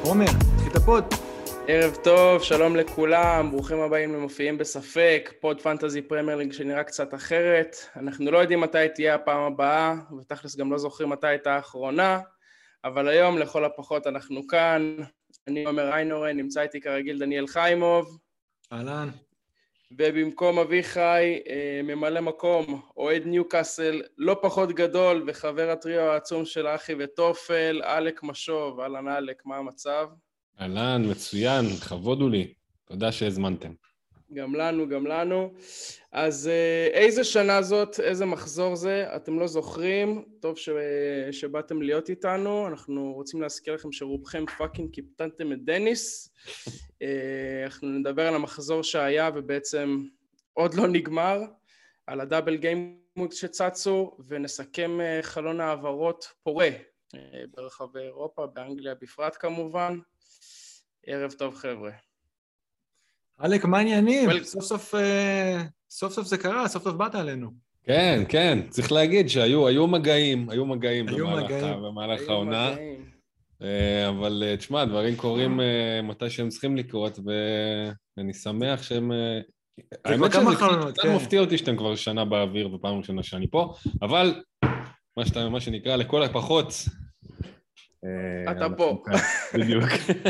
עומר, תתחיל את הפוד. ערב טוב, שלום לכולם, ברוכים הבאים למופיעים בספק, פוד פנטזי פרמייר ליג שנראה קצת אחרת. אנחנו לא יודעים מתי תהיה הפעם הבאה, ותכלס גם לא זוכרים מתי הייתה האחרונה, אבל היום לכל הפחות אנחנו כאן. אני עומר איינורן, נמצא איתי כרגיל דניאל חיימוב. אהלן. ובמקום אביחי, ממלא מקום, אוהד ניוקאסל, לא פחות גדול, וחבר הטריו העצום של אחי וטופל, אלק משוב. אהלן אלק, מה המצב? אהלן, מצוין, כבוד הוא לי. תודה שהזמנתם. גם לנו, גם לנו. אז איזה שנה זאת, איזה מחזור זה, אתם לא זוכרים, טוב שבאתם להיות איתנו, אנחנו רוצים להזכיר לכם שרובכם פאקינג קיפטנתם את דניס, אנחנו נדבר על המחזור שהיה ובעצם עוד לא נגמר, על הדאבל גיימות שצצו, ונסכם חלון העברות פורה ברחבי אירופה, באנגליה בפרט כמובן. ערב טוב חבר'ה. אלק, מה העניינים? סוף סוף זה קרה, סוף סוף באת עלינו. כן, כן, צריך להגיד שהיו מגעים במהלך העונה. אבל תשמע, דברים קורים מתי שהם צריכים לקרות, ואני שמח שהם... האמת שזה קצת מפתיע אותי שאתם כבר שנה באוויר ופעם ראשונה שאני פה, אבל מה שנקרא לכל הפחות... אתה פה. בדיוק.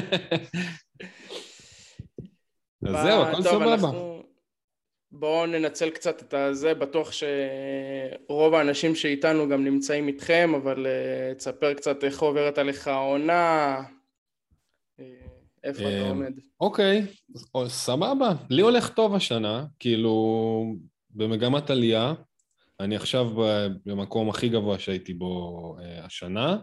אז זהו, הכל סבבה. בואו ננצל קצת את זה, בטוח שרוב האנשים שאיתנו גם נמצאים איתכם, אבל תספר קצת איך עוברת עליך העונה, איפה אתה עומד. אוקיי, סבבה. לי הולך טוב השנה, כאילו במגמת עלייה, אני עכשיו במקום הכי גבוה שהייתי בו השנה,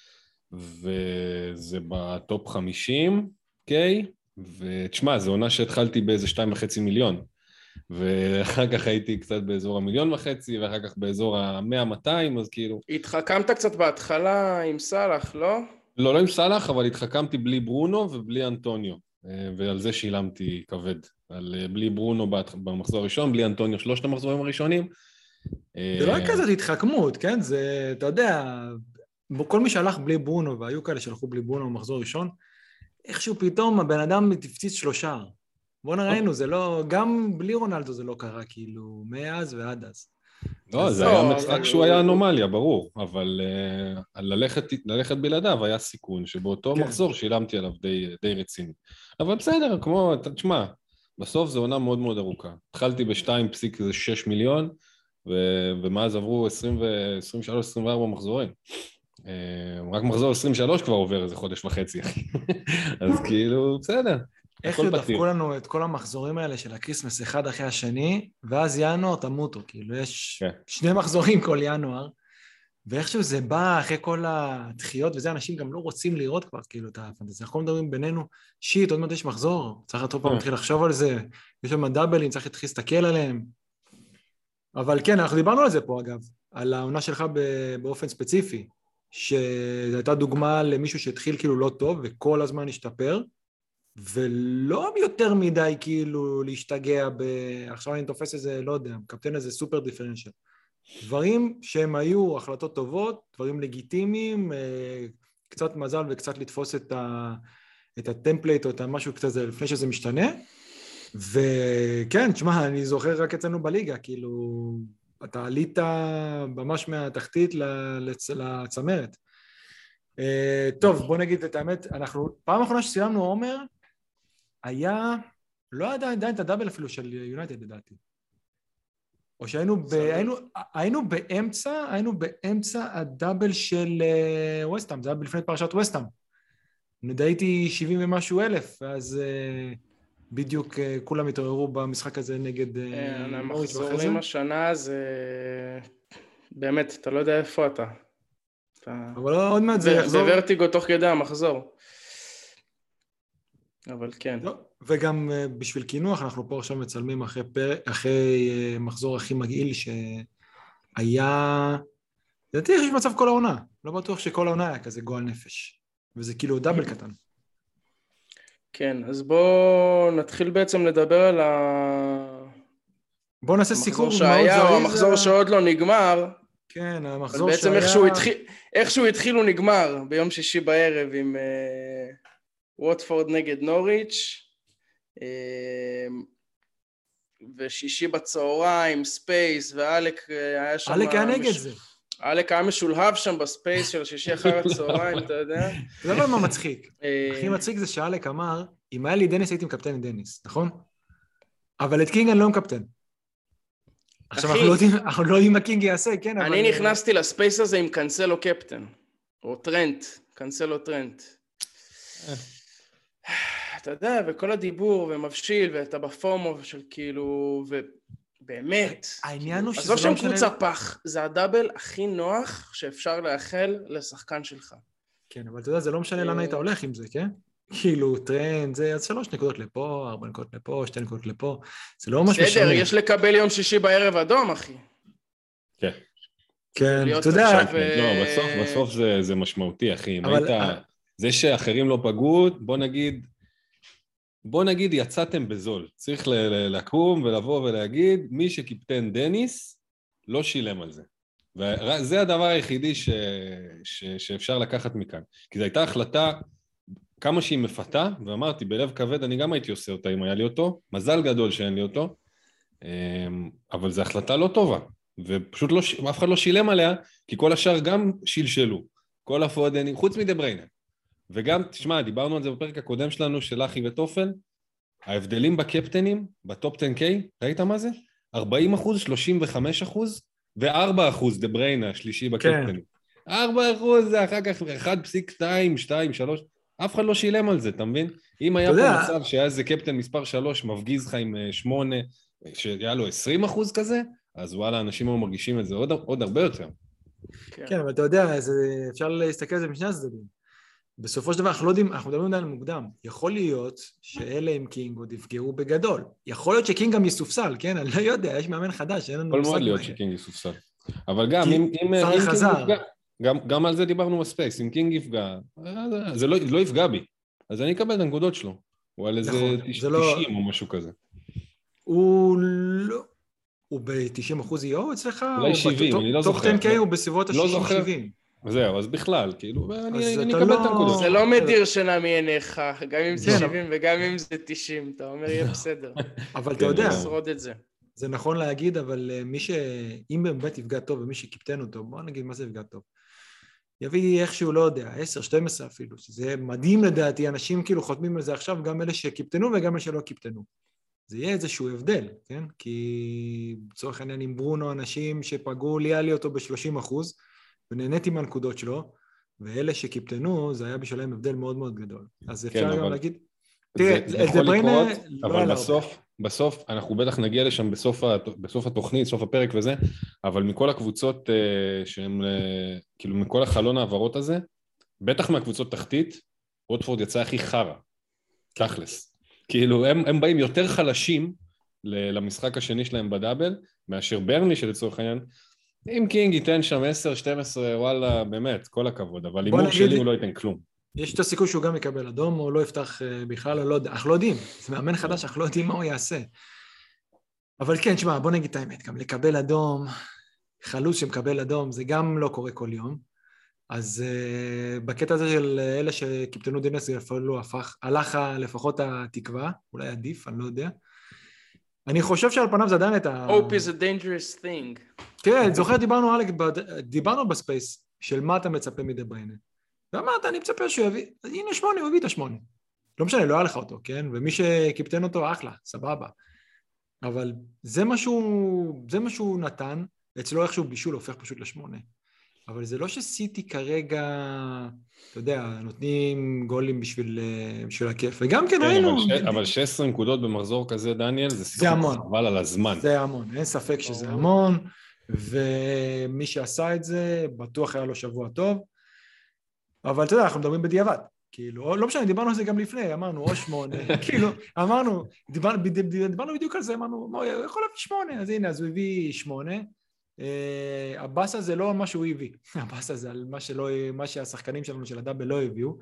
וזה בטופ 50, אוקיי? ותשמע, זו עונה שהתחלתי באיזה 2.5 מיליון, ואחר כך הייתי קצת באזור 1.5 מיליון, ואחר כך באזור ה-100-200, אז כאילו... התחכמת קצת בהתחלה עם סלאח, לא? לא עם סלאח, אבל התחכמתי בלי ברונו ובלי אנטוניו, ועל זה שילמתי כבד. בלי ברונו במחזור הראשון, בלי אנטוניו 3 המחזורים הראשונים. זה לא כזאת התחכמות, כן? זה, אתה יודע, כל מי שהלך בלי ברונו, והיו כאלה שהלכו בלי ברונו במחזור ראשון, איכשהו פתאום הבן אדם תפציץ 3. בוא נראינו, זה לא, גם בלי רונלדו זה לא קרה, כאילו, מאז ועד אז. לא, זה היה משחק שהוא היה אנומליה, ברור, אבל ללכת בלעדיו היה סיכון, שבאותו מחזור שילמתי עליו די רציני. אבל בסדר, כמו, תשמע, בסוף זו עונה מאוד מאוד ארוכה. התחלתי ב-2.6 מיליון, ומאז עברו 23-24 מחזורים. רק מחזור 23 כבר עובר איזה חודש וחצי, אחי. אז כאילו, בסדר. איך דפקו לנו את כל המחזורים האלה של הקריסמס אחד אחרי השני, ואז ינואר תמותו, כאילו יש 2 מחזורים כל ינואר, ואיכשהו זה בא אחרי כל הדחיות, וזה אנשים גם לא רוצים לראות כבר, כאילו, את הפנטזיה. אנחנו מדברים בינינו, שיט, עוד מעט יש מחזור, צריך עוד פעם להתחיל לחשוב על זה, יש שם דאבלים, צריך להתחיל להסתכל עליהם. אבל כן, אנחנו דיברנו על זה פה, אגב, על העונה שלך באופן ספציפי, שהייתה דוגמה למישהו שהתחיל כאילו לא טוב, וכל הזמן השתפר, ולא יותר מדי כאילו להשתגע עכשיו אני תופס איזה, לא יודע, קפטן איזה סופר דיפרנציאל. דברים שהם היו החלטות טובות, דברים לגיטימיים, קצת מזל וקצת לתפוס את הטמפלייט או את המשהו קצת זה לפני שזה משתנה. וכן, תשמע, אני זוכר רק אצלנו בליגה, כאילו, אתה עלית ממש מהתחתית לצמרת. טוב, בוא נגיד את האמת, אנחנו, פעם האחרונה שסיימנו עומר, היה, לא עדיין את הדאבל אפילו של יונייטד לדעתי. או שהיינו באמצע הדאבל של ווסטהאם, זה היה לפני פרשת ווסטהאם. נדעתי 70 ומשהו אלף, ואז בדיוק כולם התעוררו במשחק הזה נגד המחזורים השנה, זה באמת, אתה לא יודע איפה אתה. אבל עוד מעט זה יחזור. זה ורטיגו תוך כדי המחזור. אבל כן. וגם בשביל כינוח, אנחנו פה עכשיו מצלמים אחרי מחזור הכי מגעיל שהיה... לדעתי יש מצב כל העונה. לא בטוח שכל העונה היה כזה גועל נפש. וזה כאילו דאבל קטן. כן, אז בואו נתחיל בעצם לדבר על בואו נעשה סיכום. המחזור שהיה או המחזור שעוד לא נגמר. כן, המחזור שהיה... בעצם איכשהו התחיל הוא נגמר ביום שישי בערב ווטפורד נגד נוריץ', ושישי בצהריים, ספייס, ואלק היה שם... אלק היה נגד זה. אלק היה משולהב שם בספייס של שישי אחר הצהריים, אתה יודע? אתה יודע מה מצחיק? הכי מצחיק זה שאלק אמר, אם היה לי דניס הייתי מקפטן את דניס, נכון? אבל את קינג אני לא מקפטן. עכשיו אנחנו לא יודעים מה קינג יעשה, כן? אני נכנסתי לספייס הזה עם קנסלו קפטן, או טרנט, קנסלו טרנט. אתה יודע, וכל הדיבור, ומבשיל, ואתה בפורמו של כאילו, ובאמת. העניין הוא שזה לא משנה... אז לא שם קבוצה פח, זה הדאבל הכי נוח שאפשר לאחל לשחקן שלך. כן, אבל אתה יודע, זה לא משנה לאן היית הולך עם זה, כן? כאילו, טרנד, זה 3 נקודות לפה, 4 נקודות לפה, 2 נקודות לפה, זה לא ממש משנה. בסדר, יש לקבל יום שישי בערב אדום, אחי. כן. כן, אתה יודע... לא, בסוף זה משמעותי, אחי. זה שאחרים לא פגעו, בוא נגיד יצאתם בזול. צריך לקום ולבוא ולהגיד, מי שקיפטן דניס לא שילם על זה. וזה הדבר היחידי שאפשר לקחת מכאן. כי זו הייתה החלטה, כמה שהיא מפתה, ואמרתי, בלב כבד אני גם הייתי עושה אותה אם היה לי אותו, מזל גדול שאין לי אותו, אבל זו החלטה לא טובה, ופשוט אף אחד לא שילם עליה, כי כל השאר גם שלשלו, כל הפועדנים, חוץ מדבריינר. וגם, תשמע, דיברנו על זה בפרק הקודם שלנו, של אחי וטופל, ההבדלים בקפטנים, בטופ 10K, ראית מה זה? 40%, 35%, ו4% דבריינר, השלישי בקפטנים. 4% זה אחר כך 1.2, 2, 3, אף אחד לא שילם על זה, אתה מבין? אם היה פה מצב שהיה איזה קפטן מספר 3, מפגיז לך עם 8, שהיה לו 20% כזה, אז וואלה, אנשים לא מרגישים את זה עוד הרבה יותר. כן, אבל אתה יודע, אפשר להסתכל על זה משני הצדדים. בסופו של דבר, אנחנו מדברים עדיין מוקדם. יכול להיות שאלה עם קינג עוד יפגעו בגדול. יכול להיות שקינג גם יסופסל, כן? אני לא יודע, יש מאמן חדש, אין לנו מושג. יכול מאוד להיות שקינג יסופסל. אבל גם, אם חזר. גם על זה דיברנו בספייס, אם קינג יפגע, זה לא יפגע בי, אז אני אקבל את הנקודות שלו, הוא על איזה 90 או משהו כזה. הוא לא... הוא ב-90% יהיו אצלך? אולי 70, אני לא זוכר. תוך 10K הוא בסביבות ה-60-70. זהו, אז בכלל, כאילו, אני אקבל את הנקודות. זה לא מדיר שינה מעיניך, גם אם זה 70 וגם אם זה 90, אתה אומר, יהיה בסדר. אבל אתה יודע, זה. זה נכון להגיד, אבל אם באמת יפגע טוב ומי שקיפטן אותו, בוא נגיד מה זה יפגע טוב. יביא איכשהו, לא יודע, 10, 12 אפילו, שזה מדהים לדעתי, אנשים כאילו חותמים על זה עכשיו, גם אלה שקיפטנו וגם אלה שלא קיפטנו. זה יהיה איזשהו הבדל, כן? כי בצורך העניין עם ברונו, אנשים שפגעו לי אותו ב-30%, ונהניתי מהנקודות שלו, ואלה שקיפטנו, זה היה בשלהם הבדל מאוד מאוד גדול. אז אפשר גם להגיד... תראה, זה בריינה... אבל בסוף, אנחנו בטח נגיע לשם בסוף התוכנית, סוף הפרק וזה, אבל מכל הקבוצות שהן, כאילו מכל החלון העברות הזה, בטח מהקבוצות תחתית, ווטפורד יצא הכי חרה, תכלס. כאילו, הם באים יותר חלשים למשחק השני שלהם בדאבל, מאשר ברני שלצורך העניין, אם קינג ייתן שם 10, 12, וואלה, באמת, כל הכבוד, אבל הימור שלי הוא לא ייתן כלום. יש את הסיכוי שהוא גם יקבל אדום, או לא יפתח בכלל, או לא יודע, אנחנו לא יודעים, זה מאמן חדש, אנחנו לא יודעים מה הוא יעשה. אבל כן, תשמע, בוא נגיד את האמת, גם לקבל אדום, חלוץ שמקבל אדום, זה גם לא קורה כל יום, אז בקטע הזה של אלה שקיפטנו דינס, זה אפילו הלך לפחות התקווה, אולי עדיף, אני לא יודע. אני חושב שעל פניו זה עדיין את ה... Hope is a dangerous thing. כן, זוכר, דיברנו בספייס, של מה אתה מצפה מדבריינה. ואמרת, אני מצפה שהוא יביא, הנה 8, הוא הביא את 8. לא משנה, לא היה לך אותו, כן? ומי שקיפטן אותו, אחלה, סבבה. אבל זה משהו נתן, אצלו איכשהו בישול הופך פשוט ל8. אבל זה לא שסיטי כרגע, אתה יודע, נותנים גולים בשביל הכיף. וגם כן ראינו... אבל 16 נקודות במחזור כזה, דניאל, זה סיכון חבל על הזמן. זה המון, אין ספק שזה המון, ומי שעשה את זה, בטוח היה לו שבוע טוב. אבל אתה יודע, אנחנו מדברים בדיעבד, כאילו, לא משנה, דיברנו על זה גם לפני, אמרנו, או 8, כאילו, אמרנו, דיברנו בדיוק על זה, אמרנו, הוא יכול להביא 8, אז הנה, אז הוא הביא 8, הבאס הזה לא מה שהוא הביא, הבאס הזה על מה שהשחקנים שלנו של הדאבל לא הביאו,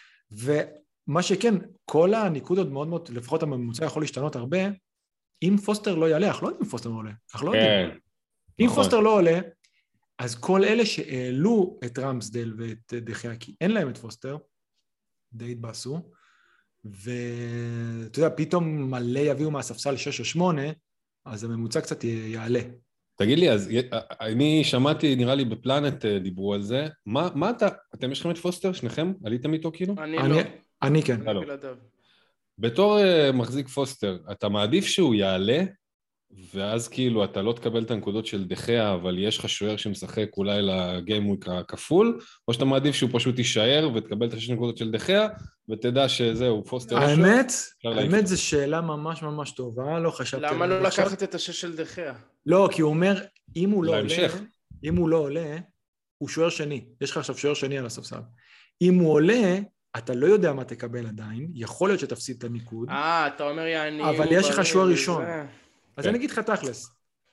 ומה שכן, כל הניקודות מאוד מאוד, לפחות הממוצע יכול להשתנות הרבה, אם פוסטר לא יעלה, אנחנו לא יודעים אם פוסטר לא עולה, אנחנו לא יודעים. אם פוסטר לא עולה, אז כל אלה שהעלו את רמסדל ואת דחיה, כי אין להם את פוסטר, די התבאסו, ואתה יודע, פתאום מלא יביאו מהספסל 6 או 8, אז הממוצע קצת יעלה. תגיד לי, אז אני שמעתי, נראה לי בפלנט דיברו על זה, מה אתם יש לכם את פוסטר, שניכם? עליתם איתו כאילו? אני לא. אני כן. אני בלעדיו. בתור מחזיק פוסטר, אתה מעדיף שהוא יעלה, ואז כאילו אתה לא תקבל את הנקודות של דחיה, אבל יש לך שוער שמשחק אולי לגיימוויק הכפול, או שאתה מעדיף שהוא פשוט יישאר ותקבל את 6 נקודות של דחיה, ותדע שזהו, פוסטר... האמת זו שאלה ממש ממש טובה, לא חשבתי... למה לא לקחת את 6 של דחיה? לא, כי הוא אומר, אם הוא לא עולה, הוא שוער שני. יש לך עכשיו שוער שני על הספסל. אם הוא עולה, אתה לא יודע מה תקבל עדיין, יכול להיות שתפסיד את הניקוד. אתה אומר יעני... אבל יש לך שוער ראשון. אז אני אגיד לך תכלס,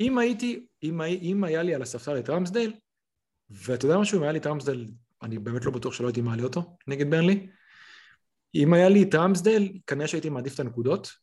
אם היה לי על הספסל את רמסדייל, ואתה יודע משהו, אם היה לי את רמסדייל, אני באמת לא בטוח שלא הייתי מעלה אותו נגד ברנלי, אם היה לי את רמסדייל, כנראה שהייתי מעדיף את הנקודות.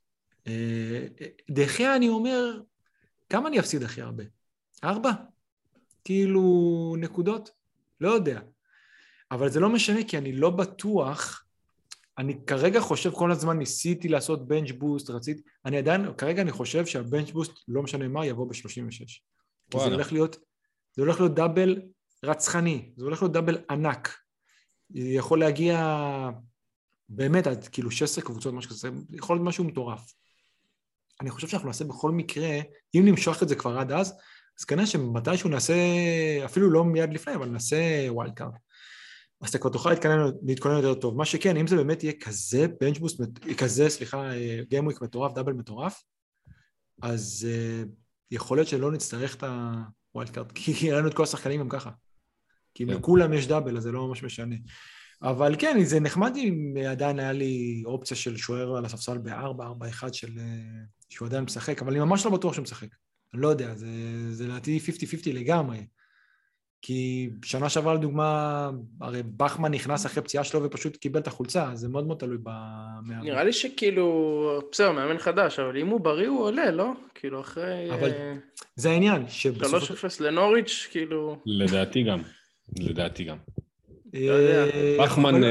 דחיה אני אומר, כמה אני אפסיד הכי הרבה? 4? כאילו נקודות? לא יודע. אבל זה לא משנה, כי אני לא בטוח, אני כרגע חושב כל הזמן ניסיתי לעשות בנץ' בוסט, כרגע אני חושב שהבנץ' בוסט, לא משנה מה, יבוא ב-36. כי זה הולך להיות דאבל רצחני, זה הולך להיות דאבל ענק. יכול להגיע באמת עד כאילו 16 קבוצות, משהו כזה, יכול להיות משהו מטורף. אני חושב שאנחנו נעשה בכל מקרה, אם נמשוך את זה כבר עד אז כנראה שמתישהו נעשה, אפילו לא מיד לפני, אבל נעשה ווילד קארד. אז אתה כבר תוכל להתכונן יותר טוב. מה שכן, אם זה באמת יהיה כזה בנצ'בוסט, גיימוויק מטורף, דאבל מטורף, אז יכול להיות שלא נצטרך את הווילד קארד, כי ראינו את כל השחקנים גם ככה. כי בכולם יש דאבל, אז זה לא ממש משנה. אבל כן, זה נחמד אם עדיין היה לי אופציה של שוער על הספסל ב-4-4-1 שהוא עדיין משחק, אבל אני ממש לא בטוח שהוא משחק. אני לא יודע, זה לדעתי 50-50 לגמרי. כי שנה שעברה לדוגמה, הרי בחמן נכנס אחרי פציעה שלו ופשוט קיבל את החולצה, זה מאוד מאוד תלוי במאמן. נראה לי שכאילו, בסדר, מאמן חדש, אבל אם הוא בריא הוא עולה, לא? כאילו אחרי... אבל זה העניין. 3-0 לנוריץ', כאילו... לדעתי גם. בחמן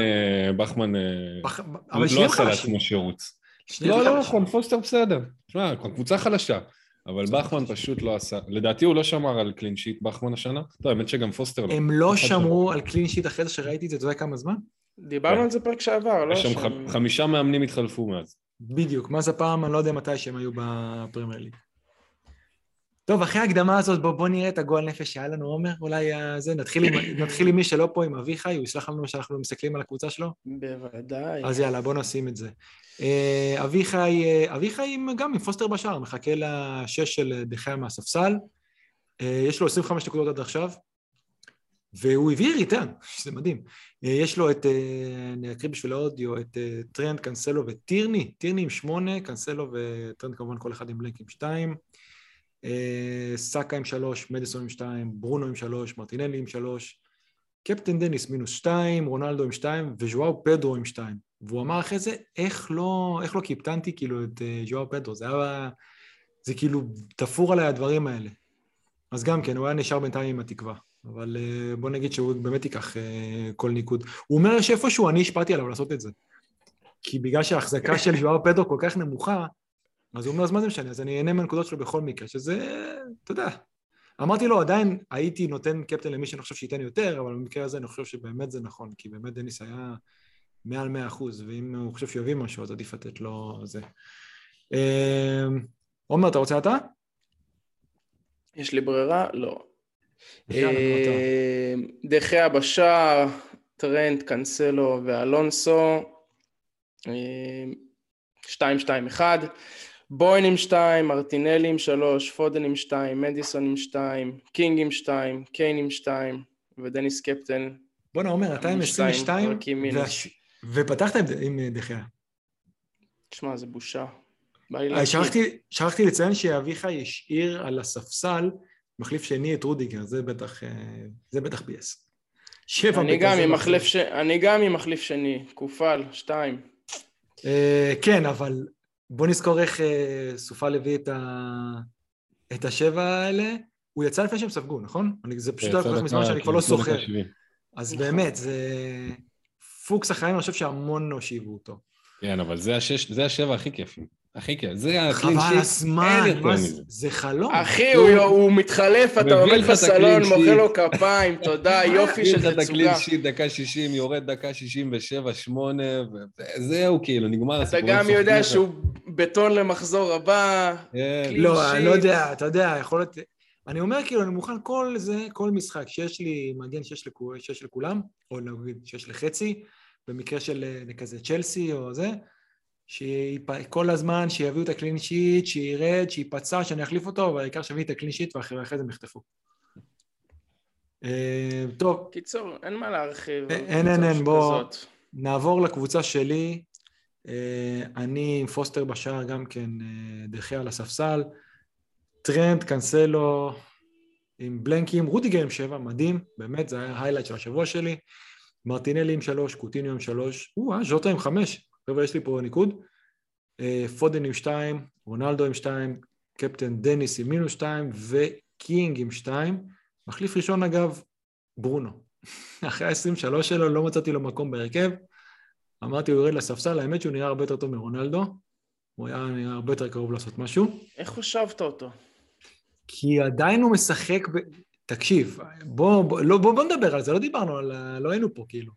לא עשה לעצמו שירוץ. לא, פוסטר בסדר. תשמע, קבוצה חלשה. אבל בחמן פשוט לא עשה, לדעתי הוא לא שמר על קלין שיט בחמן השנה, טוב, האמת שגם פוסטר לא. הם לא שמרו על קלין שיט אחרי זה שראיתי את זה, אתה יודע כמה זמן? דיברנו על זה פרק שעבר, לא? יש שם 5 מאמנים התחלפו מאז. בדיוק, מה זה פעם, אני לא יודע מתי שהם היו בפרמייר ליג. טוב, אחרי ההקדמה הזאת, בוא נראה את הגועל נפש שהיה לנו, עומר, אולי זה, נתחיל עם מי שלא פה, עם אביחי, הוא ישלח לנו שאנחנו מסתכלים על הקבוצה שלו? בוודאי. אז יאללה, בוא נשים את זה. אביחי גם עם פוסטר בשער, מחכה לשש של דחיה מהספסל, יש לו 25 נקודות עד עכשיו, והוא הביא ריטרן, שזה מדהים. יש לו את, אני אקריא בשביל האודיו, את טרנד, קנסלו וטירני, טירני עם 8, קנסלו וטרנד כמובן כל אחד עם בלנק עם 2, סאקה עם 3, מדיסון עם 2, ברונו עם 3, מרטינלי עם 3, קפטן דניס מינוס 2, רונלדו עם 2, וז'ואאו פדרו עם 2. והוא אמר אחרי זה, איך לא קיפטנתי כאילו את ז'ואאו פדרו, זה כאילו תפור עליי הדברים האלה. אז גם כן, הוא היה נשאר בינתיים עם התקווה, אבל בוא נגיד שהוא באמת ייקח כל ניקוד. הוא אומר שאיפשהו אני השפעתי עליו לעשות את זה, כי בגלל שההחזקה של ז'ואאו פדרו כל כך נמוכה, אז הוא אומר, אז מה זה משנה? אז אני אהנה מהנקודות שלו בכל מקרה, שזה, אתה יודע, אמרתי לו, עדיין הייתי נותן קפטן למי שאני חושב שייתן יותר, אבל במקרה הזה אני חושב שבאמת זה נכון, כי באמת דניס היה מעל 100%, ואם הוא חושב שיביא משהו, אז עדיף לתת לו זה. עומר, אתה רוצה אתה? יש לי ברירה? לא. דחיה בשער, טרנט, קנסלו ואלונסו, 2-2-1, בוין עם 2, מרטינלי עם 3, פודן עם 2, מדיסון עם 2, קינג עם 2, קיין עם 2, ודניס קפטן. בוא נאמר, אתה עם 22, ופתחת עם דחיה. תשמע, זה בושה. שכחתי לציין שאביחי השאיר על הספסל מחליף שני את רודיגר, זה בטח בייס. אני גם עם מחליף שני, קופל, 2. כן, אבל בוא נזכור איך סופה הביא את 7 האלה, הוא יצא לפני שהם ספגו, נכון? זה פשוט כל כך מזמן שאני כבר לא זוכר. אז באמת, זה פוקס החיים, אני חושב שהמון הושיבו אותו. כן, אבל זה השבע הכי כיפים. הכי כיף. זה הקלין חבל שיט, הזמן, אין יותר מזה. זה חלום. אחי, הוא מתחלף, אתה עומד בסלון, מוחא לו כפיים, תודה, יופי של תצוגה. מביא לך את הקלין שיט, דקה 60, יורד דקה 67, 8, וזהו, כאילו, נגמר הסיפור. אתה גם יודע שהוא בטון למחזור הבא, לא, אני לא יודע, אתה יודע, יכול להיות... אני אומר, כאילו, אני מוכן כל משחק שיש לי מגן שיש לכולם, או נגיד שיש לחצי, במקרה של כזה צ'לסי או זה, שכל הזמן שיביאו את הקלין שיט, שירד, שיפצע, שאני אחליף אותו, והעיקר שיביא את הקלין שיט ואחרי זה הם יחטפו. טוב. קיצור, אין מה להרחיב. אין, בוא נעבור לקבוצה שלי. אני עם פוסטר בשער גם כן, דחיה על הספסל, טרנט, קנסלו, עם בלנקים, רודיגר עם 7, מדהים, באמת, זה היה היילייט של השבוע שלי, מרטינלי עם 3, קוטיניו עם 3, ז'וטה עם 5, חבר'ה, יש לי פה ניקוד, פודן עם 2, רונלדו עם 2, קפטן דניס עם מינוס 2, וקינג עם 2, מחליף ראשון אגב, ברונו. אחרי ה-23 שלו לא מצאתי לו מקום בהרכב, אמרתי הוא יורד לספסל, האמת שהוא נראה הרבה יותר טוב מרונלדו, הוא היה נראה הרבה יותר קרוב לעשות משהו. איך חושבת אותו? כי עדיין הוא משחק, תקשיב, בוא נדבר על זה, לא דיברנו לא היינו פה כאילו.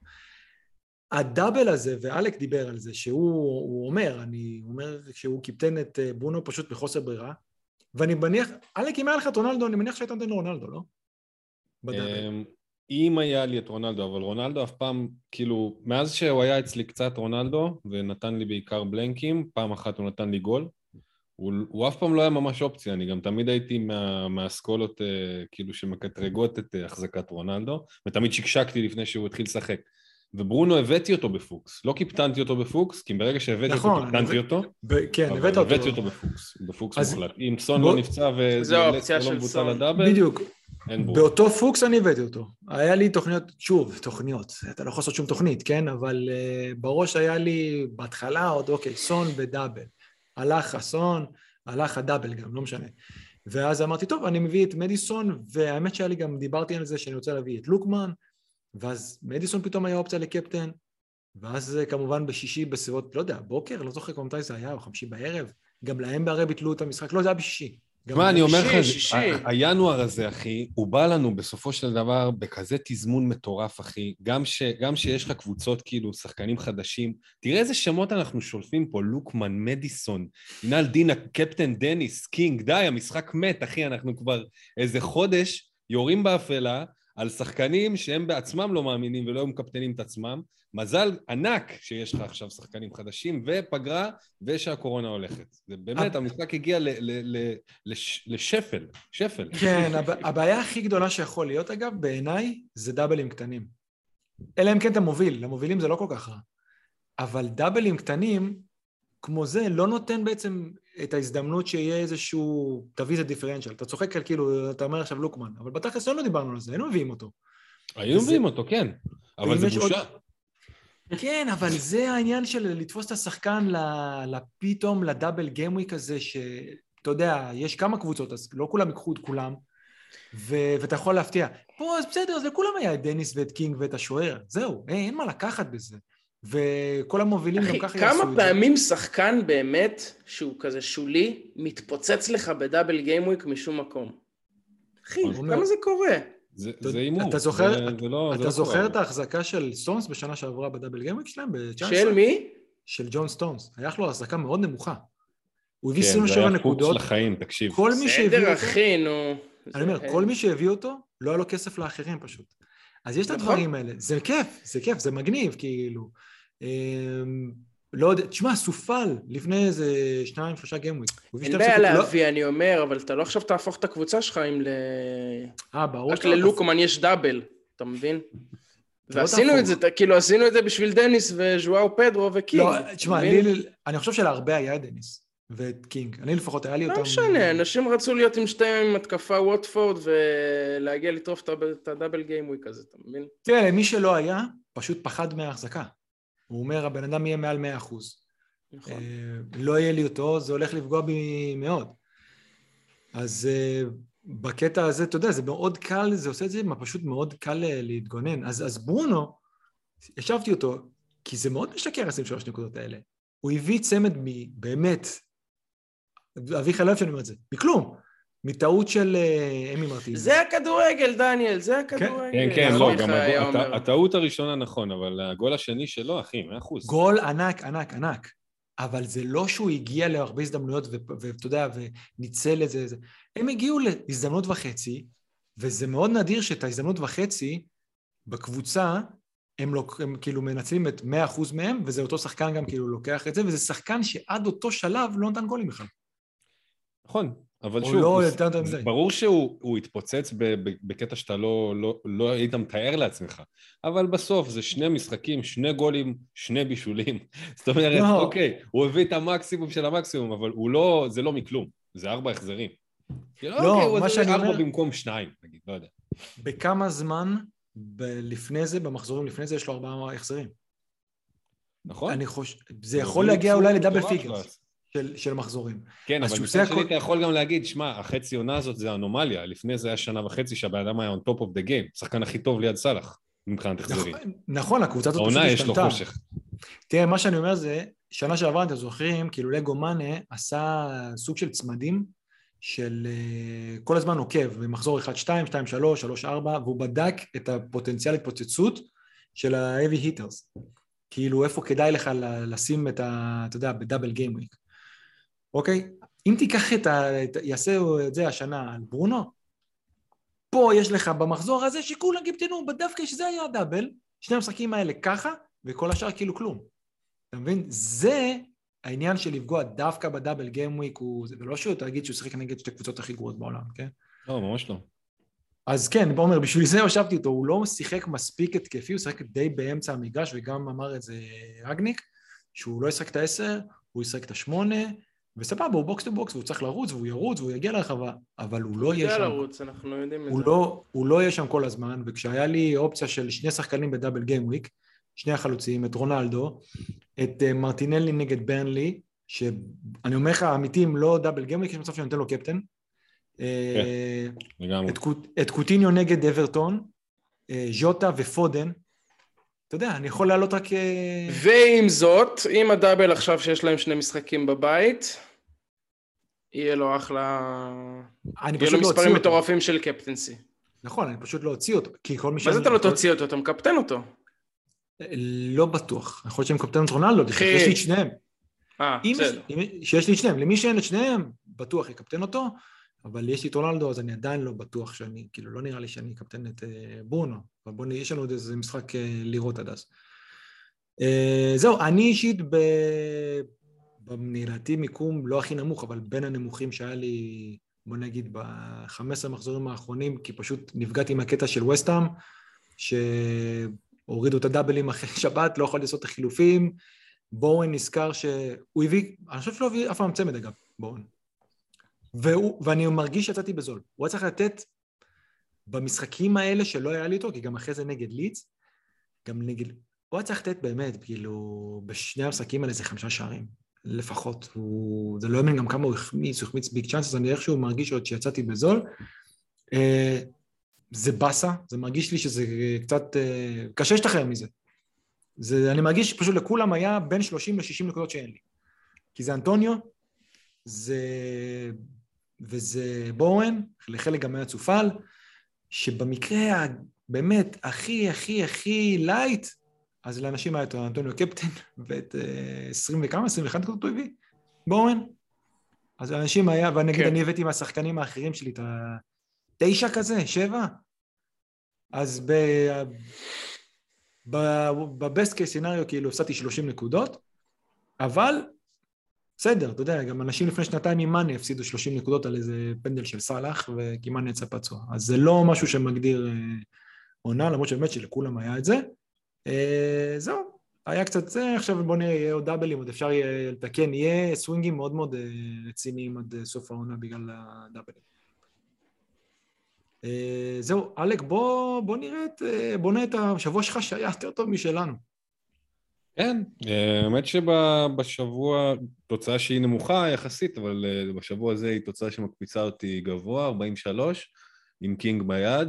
הדאבל הזה, ואלק דיבר על זה, שהוא אומר, אני אומר שהוא קיפטן את ברונו פשוט בחוסר ברירה, ואני מניח, אלק אם היה לך את רונלדו, אני מניח שהיית נותן לו רונלדו, לא? בדאבל. אם היה לי את רונלדו, אבל רונלדו אף פעם, כאילו, מאז שהוא היה אצלי קצת רונלדו, ונתן לי בעיקר בלנקים, פעם אחת הוא נתן לי גול, הוא אף פעם לא היה ממש אופציה, אני גם תמיד הייתי מהאסכולות, כאילו, שמקטרגות את החזקת רונלדו, ותמיד שקשקתי לפני שהוא התחיל לשחק. וברונו הבאתי אותו בפוקס, לא קיפטנתי אותו בפוקס, כי ברגע שהבאתי אותו, קיפטנתי אותו, כן, הבאתי אותו בפוקס, בפוקס מוחלט. אם סון לא נפצע ולסטר לא מבוצע לדאבל, בדיוק. אין ברונו. באותו פוקס אני הבאתי אותו. היה לי תוכניות, שוב, תוכניות, אתה לא יכול לעשות שום תוכנית, כן? אבל בראש היה לי בהתחלה עוד, אוקיי, סון בדאבל. הלך הסון, הלך הדאבל גם, לא משנה. ואז אמרתי, טוב, אני מביא את מדיסון, והאמת שהיה לי גם, דיברתי על זה שאני רוצה להביא את לוקמן, ואז מדיסון פתאום היה אופציה לקפטן, ואז כמובן בשישי בסביבות, לא יודע, בוקר, לא זוכר מתי זה היה, או חמישי בערב, גם להם בערב ביטלו את המשחק, לא, זה היה בשישי. מה, אני אומר לך, הינואר הזה, אחי, הוא בא לנו בסופו של דבר בכזה תזמון מטורף, אחי, גם שיש לך קבוצות כאילו, שחקנים חדשים, תראה איזה שמות אנחנו שולפים פה, לוקמן, מדיסון, אינל דינה, קפטן דניס, קינג, די, המשחק מת, אחי, אנחנו כבר איזה חודש יורים באפלה, על שחקנים שהם בעצמם לא מאמינים ולא מקפטנים את עצמם, מזל ענק שיש לך עכשיו שחקנים חדשים ופגרה ושהקורונה הולכת. זה באמת, המשחק הגיע לשפל, שפל. כן, הבעיה הכי גדולה שיכול להיות אגב, בעיניי, זה דאבלים קטנים. אלא אם כן אתה מוביל, למובילים זה לא כל כך רע. אבל דאבלים קטנים, כמו זה, לא נותן בעצם את ההזדמנות שיהיה איזשהו, תביא זה דיפרנציאל. אתה צוחק על כאילו, אתה אומר עכשיו לוקמן, אבל בתכלס לא דיברנו על זה, היינו מביאים אותו. היינו מביאים אותו, כן. אבל זה בושה. כן, אבל זה העניין של לתפוס את השחקן לפתאום, לדאבל גיימוויק הזה, שאתה יודע, יש כמה קבוצות, אז לא כולם ייקחו את כולם, ואתה יכול להפתיע. פה, אז בסדר, אז לכולם היה את דניס ואת קינג ואת השוער. זהו, אין מה לקחת בזה. וכל המובילים גם ככה יעשו את זה. כמה פעמים שחקן באמת, שהוא כזה שולי, מתפוצץ לך בדאבל גיימוויק משום מקום? אחי, כמה זה קורה? זה אימור. אתה זוכר את ההחזקה של סטונס בשנה שעברה בדאבל גיימוויק שלהם? של מי? של ג'ון סטונס. היה לו החזקה מאוד נמוכה. הוא הביא כן, 27 נקודות. זה היה פוקס לחיים, תקשיב. בסדר, אחי, נו. אני אומר, כל מי שהביא אותו, לא היה לו כסף לאחרים פשוט. אז יש את הדברים האלה. זה כיף, זה מגניב, כאילו. לא יודע, תשמע, סופל לפני איזה 2-3 גיימוויק. אין בעיה להביא, אני אומר, אבל אתה לא עכשיו תהפוך את הקבוצה שלך אם ברור רק ללוקמן יש דאבל, אתה מבין? ועשינו את זה, כאילו עשינו את זה בשביל דניס וז'ואאו פדרו וקינג. לא, תשמע, אני חושב שלהרבה היה דניס ואת קינג. אני לפחות היה לי אותם... לא משנה, אנשים רצו להיות עם שתיים התקפה ווטפורד ולהגיע לטרוף את הדאבל גיימוויק הזה, אתה מבין? תראה, מי שלא היה, פשוט פחד מההחזקה. הוא אומר, הבן אדם יהיה מעל 100%. נכון. לא יהיה לי אותו, זה הולך לפגוע בי מאוד. אז בקטע הזה, אתה יודע, זה מאוד קל, זה עושה את זה, פשוט מאוד קל להתגונן. אז ברונו, ישבתי אותו, כי זה מאוד משקר 23 נקודות האלה. הוא הביא צמד באמת, אביך הלב שאני אומר את זה, מכלום, מטעות של אמי מרטינס. זה הכדורגל, דניאל, זה הכדורגל. כן, כן, לא, גם הטעות הראשונה נכון, אבל הגול השני שלו, אחי, 100%. גול ענק, ענק, ענק. אבל זה לא שהוא הגיע להרבה הזדמנויות, ואתה יודע, וניצל את זה. הם הגיעו להזדמנות וחצי, וזה מאוד נדיר שאת ההזדמנות וחצי, בקבוצה, הם כאילו מנצלים את 100% מהם, וזה אותו שחקן גם כאילו לוקח את זה, וזה שחקן שעד אותו שלב לא נתן גולים בכלל. נכון, אבל שוב, לא ברור שהוא התפוצץ בקטע שאתה לא היית מתאר לעצמך, אבל בסוף זה 2 משחקים, 2 גולים, 2 בישולים. זאת אומרת, אוקיי, הוא הביא את המקסימום של המקסימום, אבל זה לא מכלום, זה 4 החזרים. לא, מה שאני אומר... 4 במקום 2, נגיד, לא יודע. בכמה זמן לפני זה, במחזורים לפני זה, יש לו 4 החזרים. נכון. זה יכול להגיע אולי לדאבל פיגרס. של מחזורים. כן, אבל מצד שני אתה יכול גם להגיד, שמע, החצי עונה הזאת זה אנומליה, לפני זה היה 1.5 שנה שהבן אדם היה on top of the game, שחקן הכי טוב ליד סלח, מבחינת החזרים. נכון, הקבוצה הזאת פשוט השתנתה. העונה יש לו חושך. תראה, מה שאני אומר זה, שנה שעברה, אתם זוכרים, כאילו לגו מאנה עשה סוג של צמדים, של כל הזמן עוקב, במחזור 1-2, 2-3, 3-4, והוא בדק את הפוטנציאל התפוצצות של ה-heavy hitters. כאילו, איפה כדאי לך לשים את ה... אתה יודע, בדאבל גיים וויק. אוקיי? אם תיקח יעשה את זה השנה על ברונו, פה יש לך במחזור הזה שכולם גיבטנו, בדווקא שזה היה הדאבל, 2 המשחקים האלה ככה, וכל השאר כאילו כלום. אתה מבין? זה העניין של לפגוע דווקא בדאבל גיים וויק, ולא שהוא תגיד שהוא שחק נגד 2 קבוצות הכי גרועות בעולם, כן? לא, ממש לא. אז כן, בוא אומר, בשביל זה הושבתי אותו, הוא לא שיחק מספיק התקפי, הוא שיחק די באמצע המגרש, וגם אמר את זה רגניק, שהוא לא ישחק את 10, הוא ישחק את 8, וסבבה, הוא בוקס טו בוקס, והוא צריך לרוץ, והוא ירוץ, והוא יגיע לרחבה, אבל הוא לא יהיה שם. הוא יגיע לרוץ, אנחנו יודעים את זה. הוא לא יהיה שם כל הזמן, וכשהיה לי אופציה של 2 שחקנים בדאבל גיים וויק, 2 החלוצים, את רונלדו, את מרטינלי נגד ברנלי, שאני אומר לך, האמיתים לא דאבל גיים וויק, יש מצב שאני נותן לו קפטן, את קוטיניו נגד אברטון, ז'וטה ופודן, אתה יודע, אני יכול לעלות רק... ועם זאת, עם הדאבל עכשיו שיש להם 2 משחקים בבית, יהיה לו אחלה... יהיה לו מספרים מטורפים של קפטנסי. נכון, אני פשוט לא הוציא אותו, כי כל מי... מה זה אתה לא תוציא אותו? אתה מקפטן אותו. לא בטוח, יכול להיות שהם קפטן את רונלדו, יש לי את שניהם. בסדר. שיש לי את שניהם, למי שאין את שניהם, בטוח יקפטן אותו, אבל יש לי את רונלדו, אז אני עדיין לא בטוח שאני, כאילו לא נראה לי שאני אקפטן את ברונו, אבל יש לנו עוד איזה משחק לראות עד אז. זהו, אני אישית בנהלתי מיקום לא הכי נמוך, אבל בין הנמוכים שהיה לי, בוא נגיד, ב-15 מחזורים האחרונים, כי פשוט נפגעתי מהקטע של וסטהאם, שהורידו את הדאבלים אחרי שבת, לא יכול לעשות את החילופים, בורן נזכר שהוא הביא, אני חושב שלא הביא אף פעם צמד אגב, בורן. ואני מרגיש שיצאתי בזול. הוא היה צריך לתת במשחקים האלה שלא היה לי איתו, כי גם אחרי זה נגד ליץ, גם נגד... הוא היה צריך לתת באמת, כאילו, בשני המשחקים האלה זה 5 שערים, לפחות. זה לא יאמן גם כמה הוא החמיץ ביג צ'אנס, אני איכשהו מרגיש עוד שיצאתי בזול. זה בסה, זה מרגיש לי שזה קצת... קשה שתחרר מזה. אני מרגיש שפשוט לכולם היה בין 30 ל-60 נקודות שאין לי. כי זה אנטוניו, וזה בורן, לחלק גם היה צופל, שבמקרה באמת הכי לייט, אז לאנשים היה את אנטוניו קפטן, ואת 20 וכמה, 21 נקודות הוא הביא, בורן. אז לאנשים היה, ונגיד אני הבאתי מהשחקנים האחרים שלי את 9 כזה, 7, אז בבסט קייס סינריו כאילו הפסדתי 30 נקודות, אבל בסדר, אתה יודע, גם אנשים לפני שנתיים עם מאני הפסידו 30 נקודות על איזה פנדל של סלאח, וכי מאני יצא פצוע. אז זה לא משהו שמגדיר עונה, למרות שבאמת שלכולם היה את זה. זהו, היה קצת זה, עכשיו בוא נראה, יהיה עוד דאבלים, עוד אפשר יהיה לתקן, יהיה סווינגים מאוד מאוד רציניים עד סוף העונה בגלל הדאבלים. זהו, אלק, בוא נראה את השבוע שלך שהיה יותר טוב משלנו. כן, האמת שבשבוע, תוצאה שהיא נמוכה יחסית, אבל בשבוע הזה היא תוצאה שמקפיצה אותי גבוה, 43, עם קינג ביד.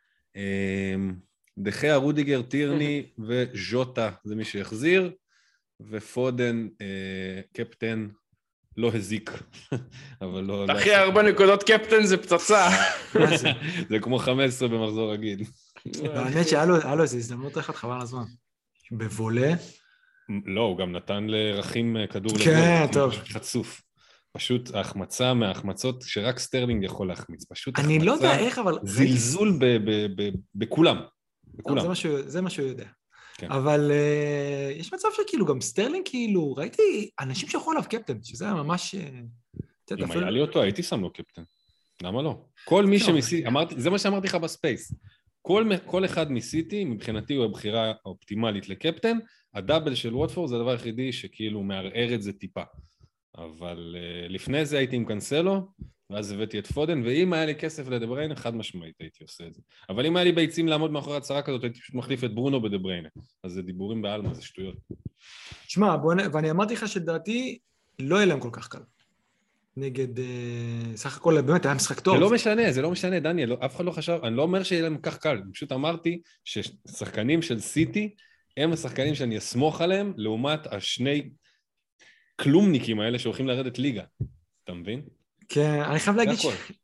דחיה, רודיגר, טירני וז'וטה, זה מי שיחזיר. ופודן, קפטן, לא הזיק, אבל לא... הכי 4 נקודות קפטן זה פצצה. זה כמו 15 במחזור רגיל. האמת שהיה לו איזו הזדמנות אחת חבל הזמן. בבולה. לא, הוא גם נתן לרחים כדור לגול. כן, טוב. חצוף. פשוט ההחמצה מההחמצות שרק סטרלינג יכול להחמיץ. פשוט אני לא יודע איך, אבל... זלזול בכולם. זה מה שהוא יודע. אבל יש מצב שכאילו גם סטרלינג כאילו, ראיתי אנשים שהלכו עליו קפטן, שזה היה ממש... אם היה לי אותו, הייתי שם לו קפטן. למה לא? כל מי שמסיטי, זה מה שאמרתי לך בספייס. כל אחד מסיטי, מבחינתי הוא הבחירה האופטימלית לקפטן, הדאבל של ווטפורד זה הדבר היחידי שכאילו מערער את זה טיפה. אבל לפני זה הייתי עם קנסלו, ואז הבאתי את פודן, ואם היה לי כסף לדבריינה, חד משמעית הייתי עושה את זה. אבל אם היה לי ביצים לעמוד מאחורי הצהרה כזאת, הייתי פשוט מחליף את ברונו בדבריינה. אז זה דיבורים בעלמה, זה שטויות. שמע, ואני אמרתי לך שדעתי, לא יהיה להם כל כך קל. נגד, סך הכל, באמת היה משחק טוב. זה לא משנה, דניאל, אף אחד לא חשב, אני לא אומר שיהיה להם כך קל, פשוט אמרתי ששחקנים של סיטי, הם השחקנים שאני אסמוך עליהם, לעומת השני כלומניקים האלה שהולכים לרדת ליגה. אתה מבין? כן, אני חייב להגיד